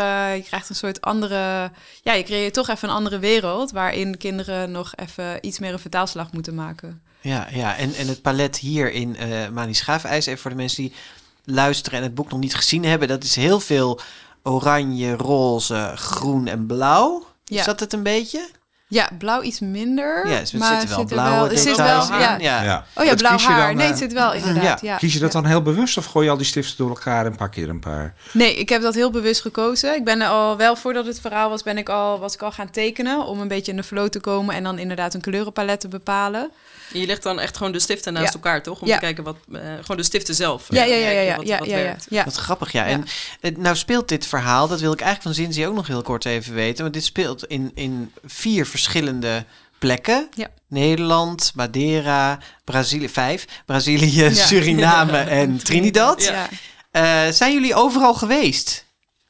creëert toch even een andere wereld waarin kinderen nog even iets meer een vertaalslag moeten maken.
Ja, en het palet hier in Mani Schaafijs, even voor de mensen die luisteren en het boek nog niet gezien hebben, dat is heel veel oranje, roze, groen en blauw. Is dat het een beetje?
Ja, blauw iets minder.
Ja, dus maar zitten wel blauwe
details
aan.
Oh ja, blauw haar. Nee, het zit wel inderdaad. Ja.
Kies je dat dan heel bewust of gooi je al die stiften door elkaar en pak je er een paar?
Nee, ik heb dat heel bewust gekozen. Ik ben er al wel, voordat het verhaal was, was ik al gaan tekenen om een beetje in de flow te komen en dan inderdaad een kleurenpalet te bepalen.
Je legt dan echt gewoon de stiften naast elkaar, toch? Om te kijken wat... gewoon de stiften zelf.
Ja.
Wat grappig, ja. En nou speelt dit verhaal, dat wil ik eigenlijk van Zinzi ook nog heel kort even weten. Want dit speelt in 4 verschillende plekken. Ja. Nederland, Madeira, Brazilië, Suriname en Trinidad. Ja. Zijn jullie overal geweest?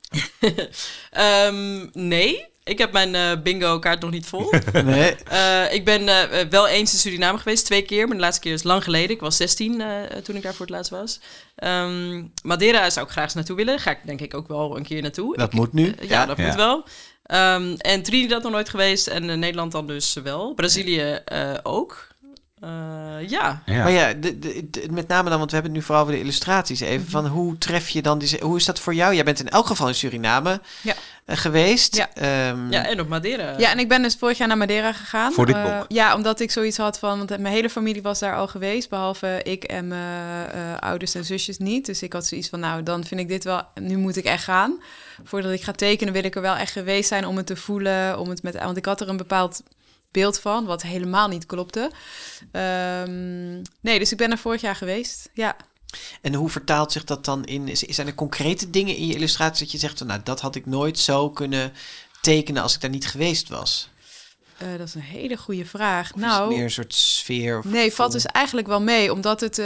Nee. Ik heb mijn bingo-kaart nog niet vol.
Nee.
Ik ben wel eens in Suriname geweest, 2 keer. Maar de laatste keer is lang geleden. Ik was 16 toen ik daar voor het laatst was. Madeira zou ik graag eens naartoe willen. Ga ik denk ik ook wel een keer naartoe.
Dat moet nu.
Dat moet wel. En Trinidad nog nooit geweest. En Nederland dan dus wel. Brazilië ook.
Maar met name dan, want we hebben het nu vooral over de illustraties even. Van hoe tref je dan hoe is dat voor jou? Jij bent in elk geval in Suriname geweest.
Ja.
Ja, en op Madeira.
Ja, en ik ben dus vorig jaar naar Madeira gegaan.
Voor dit boek?
Ja, omdat ik zoiets had van... Want mijn hele familie was daar al geweest, behalve ik en mijn ouders en zusjes niet. Dus ik had zoiets van, nou, dan vind ik dit wel... Nu moet ik echt gaan. Voordat ik ga tekenen wil ik er wel echt geweest zijn om het te voelen. Want ik had er een bepaald beeld van, wat helemaal niet klopte. Nee, dus ik ben er vorig jaar geweest, ja.
En hoe vertaalt zich dat dan in... Zijn er concrete dingen in je illustratie dat je zegt... nou, dat had ik nooit zo kunnen tekenen als ik daar niet geweest was?
Dat is een hele goede vraag.
Of is het meer een soort sfeer? Of
Nee, valt dus eigenlijk wel mee. Omdat het...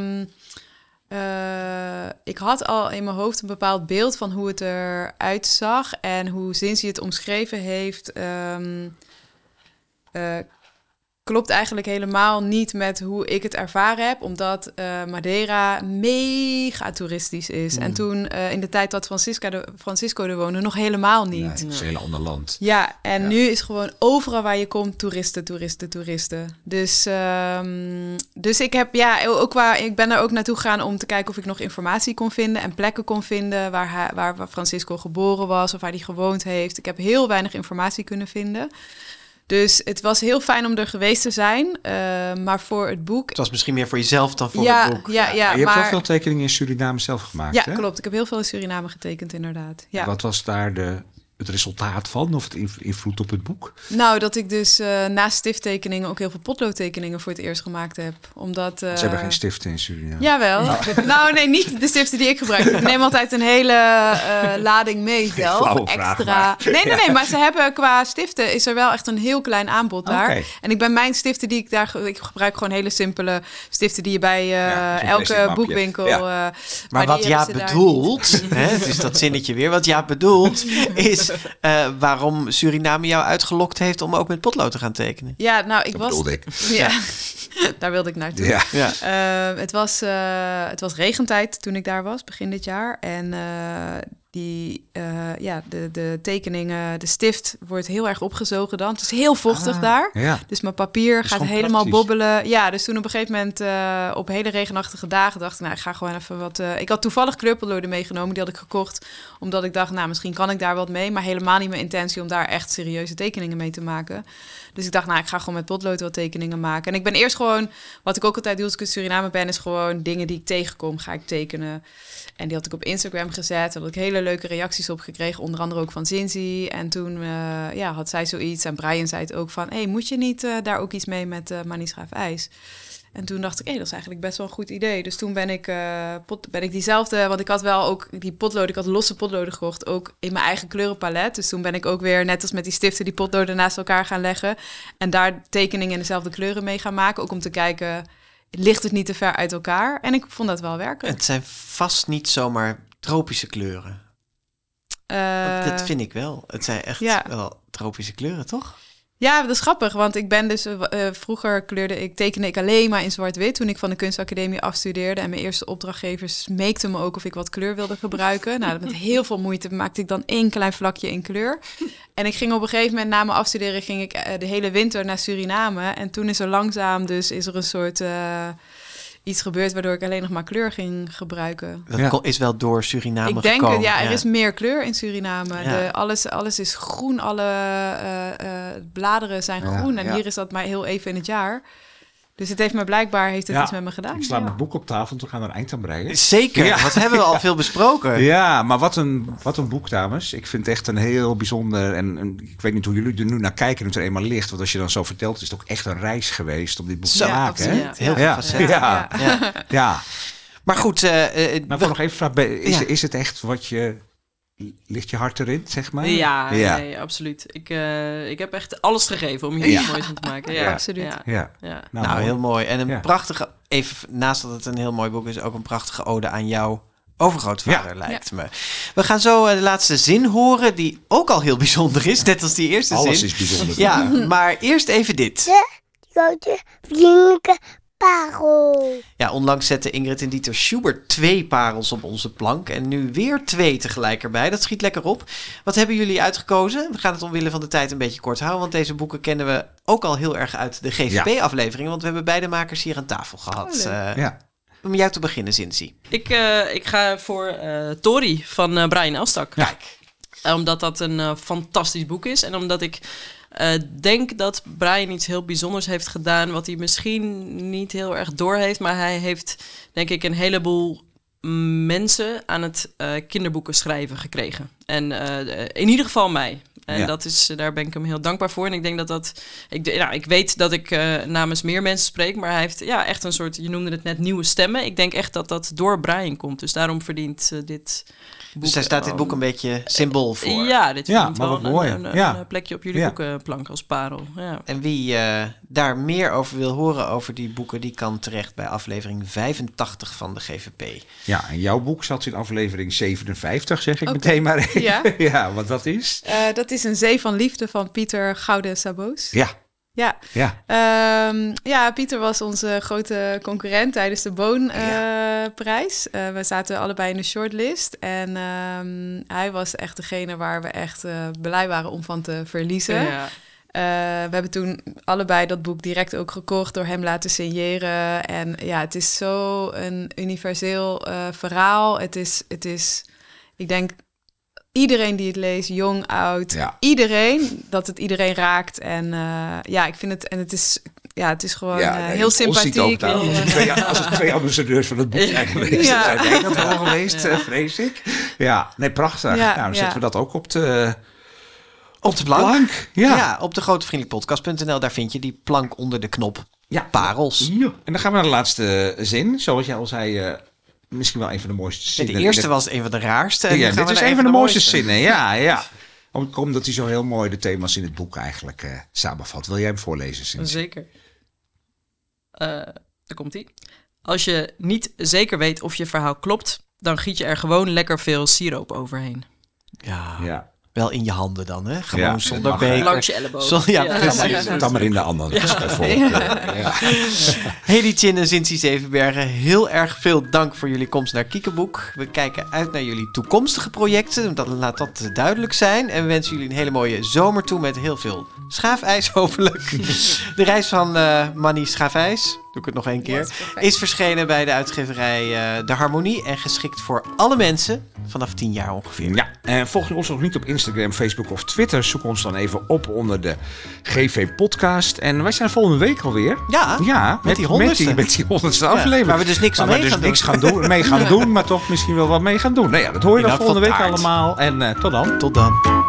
ik had al in mijn hoofd een bepaald beeld van hoe het eruit zag. En hoe Cincy het omschreven heeft... klopt eigenlijk helemaal niet met hoe ik het ervaren heb. Omdat Madeira mega toeristisch is. En toen in de tijd dat Francisco er woonde, nog helemaal niet.
Nee, het is een heel ander land.
Ja, en nu is gewoon overal waar je komt toeristen. Dus ik heb ik ben er ook naartoe gegaan om te kijken of ik nog informatie kon vinden en plekken kon vinden waar Francisco geboren was of waar hij gewoond heeft. Ik heb heel weinig informatie kunnen vinden. Dus het was heel fijn om er geweest te zijn, maar voor het boek...
Het was misschien meer voor jezelf dan voor het boek.
Ja,
je hebt wel veel tekeningen in Suriname zelf gemaakt,
ja,
hè?
klopt. Ik heb heel veel in Suriname getekend, inderdaad. Ja.
Wat was daar het resultaat van, of het invloed op het boek?
Nou, dat ik dus naast stifttekeningen ook heel veel potloodtekeningen voor het eerst gemaakt heb. Omdat...
Ze hebben geen stiften in Suriname.
Jawel. Nou, nee, niet de stiften die ik gebruik. Ik neem altijd een hele lading mee zelf.
Flauwe vraag,
Extra. Nee, maar ze hebben qua stiften is er wel echt een heel klein aanbod daar.
Okay.
En ik ben mijn stiften die ik gebruik gewoon hele simpele stiften die je bij elke boekwinkel...
Ja.
Maar wat Jaap bedoelt, het is dat zinnetje weer, wat Jaap bedoelt is waarom Suriname jou uitgelokt heeft om ook met potlood te gaan tekenen.
Ja, nou,
Dat bedoelde ik.
Ja, daar wilde ik naartoe.
Ja.
Het was regentijd toen ik daar was, begin dit jaar. En de tekeningen, de stift wordt heel erg opgezogen dan. Het is heel vochtig daar.
Ja.
Dus mijn papier gaat helemaal
praktisch.
bobbelen. Ja, dus toen op een gegeven moment op hele regenachtige dagen dacht ik, nou, ik ga gewoon even wat... ik had toevallig kleurpotloden meegenomen, die had ik gekocht. Omdat ik dacht, nou, misschien kan ik daar wat mee. Maar helemaal niet mijn intentie om daar echt serieuze tekeningen mee te maken. Dus ik dacht, nou, ik ga gewoon met potlood wat tekeningen maken. En ik ben eerst gewoon, wat ik ook altijd doe als ik in Suriname ben, is gewoon dingen die ik tegenkom, ga ik tekenen. En die had ik op Instagram gezet. Daar had ik hele leuke reacties op gekregen. Onder andere ook van Cincy. En toen had zij zoiets. En Brian zei het ook van... moet je niet daar ook iets mee met Manie's Schaafijs? En toen dacht ik, dat is eigenlijk best wel een goed idee. Dus toen ben ik diezelfde... Want ik had wel ook die potloden... Ik had losse potloden gekocht. Ook in mijn eigen kleurenpalet. Dus toen ben ik ook weer, net als met die stiften... die potloden naast elkaar gaan leggen. En daar tekeningen in dezelfde kleuren mee gaan maken. Ook om te kijken... Ligt het niet te ver uit elkaar? En ik vond dat wel werken.
Het zijn vast niet zomaar tropische kleuren. Dat vind ik wel. Het zijn echt wel tropische kleuren, toch?
Ja, dat is grappig, want ik ben dus... vroeger tekende ik alleen maar in zwart-wit... toen ik van de kunstacademie afstudeerde. En mijn eerste opdrachtgevers smeekten me ook of ik wat kleur wilde gebruiken. Nou, met heel veel moeite maakte ik dan 1 klein vlakje in kleur. En ik ging op een gegeven moment, na mijn afstuderen... ging ik de hele winter naar Suriname. En toen is er langzaam is er een soort... iets gebeurd waardoor ik alleen nog maar kleur ging gebruiken.
Dat is wel door Suriname gekomen.
Ik denk er is meer kleur in Suriname.
Ja.
Alles is groen, alle bladeren zijn groen. En hier is dat maar heel even in het jaar. Dus het heeft iets met me gedaan.
Ik sla mijn boek op tafel, want we gaan er een eind aan breien.
Zeker, wat hebben we al veel besproken.
Ja, maar wat een boek, dames. Ik vind het echt een heel bijzonder... En ik weet niet hoe jullie er nu naar kijken en het er eenmaal ligt. Want als je dan zo vertelt, is het ook echt een reis geweest om dit boek te maken. Hè?
Heel veel facetten.
Ja.
Maar goed...
maar ik nog even vragen, is het echt wat je... Ligt je hart erin, zeg maar?
Ja. Nee, absoluut. Ik heb echt alles gegeven om hier iets moois van te maken. Ja,
absoluut.
Ja.
Nou, heel mooi. En een prachtige, even naast dat het een heel mooi boek is, ook een prachtige ode aan jouw overgrootvader, lijkt me. We gaan zo de laatste zin horen, die ook al heel bijzonder is, net als die eerste zin.
Alles is bijzonder.
Ja, maar eerst even dit.
De grote vriendelijke parel.
Ja, onlangs zette Ingrid en Dieter Schubert 2 parels op onze plank. En nu weer 2 tegelijk erbij. Dat schiet lekker op. Wat hebben jullie uitgekozen? We gaan het omwille van de tijd een beetje kort houden. Want deze boeken kennen we ook al heel erg uit de GVP-afleveringen. Want we hebben beide makers hier aan tafel gehad. Om jou te beginnen, Cincy.
Ik ga voor Tori van Brian Elstak.
Kijk.
Omdat dat een fantastisch boek is. En omdat ik denk dat Brian iets heel bijzonders heeft gedaan... wat hij misschien niet heel erg door heeft. Maar hij heeft, denk ik, een heleboel mensen aan het kinderboeken schrijven gekregen. En in ieder geval mij. En daar ben ik hem heel dankbaar voor. En ik denk ik weet dat ik namens meer mensen spreek, maar hij heeft echt een soort, je noemde het net, nieuwe stemmen. Ik denk echt dat dat door Brian komt. Dus daarom verdient dit boek...
Dus daar staat dit boek een beetje symbool voor.
Ja, dit verdient
maar
wel
wat mooi.
een plekje op jullie boekenplank als parel. Ja.
En wie daar meer over wil horen over die boeken, die kan terecht bij aflevering 85 van de GVP.
Ja, en jouw boek zat in aflevering 57, zeg ik meteen maar even.
Ja.
Ja, wat dat is?
Dat is Een Zee van Liefde van Pieter Goude-Saboos.
Ja.
Pieter was onze grote concurrent tijdens de Boon-prijs. We zaten allebei in de shortlist. En hij was echt degene waar we echt blij waren om van te verliezen.
Ja.
We hebben toen allebei dat boek direct ook gekocht, door hem laten signeren. En ja, het is zo een universeel verhaal. Het is, ik denk, iedereen die het leest, jong, oud, iedereen, dat het iedereen raakt. En ik vind het, en het is gewoon heel sympathiek.
Als het twee ambassadeurs van het boek zijn geweest, zijn wij dat wel geweest, vrees ik. Ja, nee, prachtig. Dan zetten we dat ook op de plank.
Ja, op de grotevriendelijkpodcast.nl. Daar vind je die plank onder de knop parels.
Ja. En dan gaan we naar de laatste zin. Zoals jij al zei, misschien wel een van de mooiste zinnen.
De eerste was een van de raarste. En
dit is een van de mooiste zinnen. Ja. Omdat hij zo heel mooi de thema's in het boek eigenlijk samenvat. Wil jij hem voorlezen, Cynthia?
Zeker. Daar komt hij. Als je niet zeker weet of je verhaal klopt, dan giet je er gewoon lekker veel siroop overheen.
Ja. Wel in je handen dan, hè? Gewoon zonder beker.
Langs je elleboog.
Precies. Dan maar in de ananas bijvoorbeeld.
Hedy Chin en Cincy Zevenbergen, heel erg veel dank voor jullie komst naar Kiekeboek. We kijken uit naar jullie toekomstige projecten. Laat dat duidelijk zijn. En we wensen jullie een hele mooie zomer toe met heel veel schaafijs, hopelijk. De reis van Manny Schaafijs, doe ik het nog één keer, is verschenen bij de uitgeverij De Harmonie en geschikt voor alle mensen vanaf 10 jaar ongeveer.
Ja, en volg je ons nog niet op Instagram, Facebook of Twitter, zoek ons dan even op onder de GV-podcast. En wij zijn volgende week alweer.
Ja, met die 100ste.
Met die 100ste aflevering.
Waar we dus niks
mee gaan doen, maar toch misschien wel wat mee gaan doen. Nou ja, dat hoor je dan volgende week allemaal. En tot dan.
Tot dan.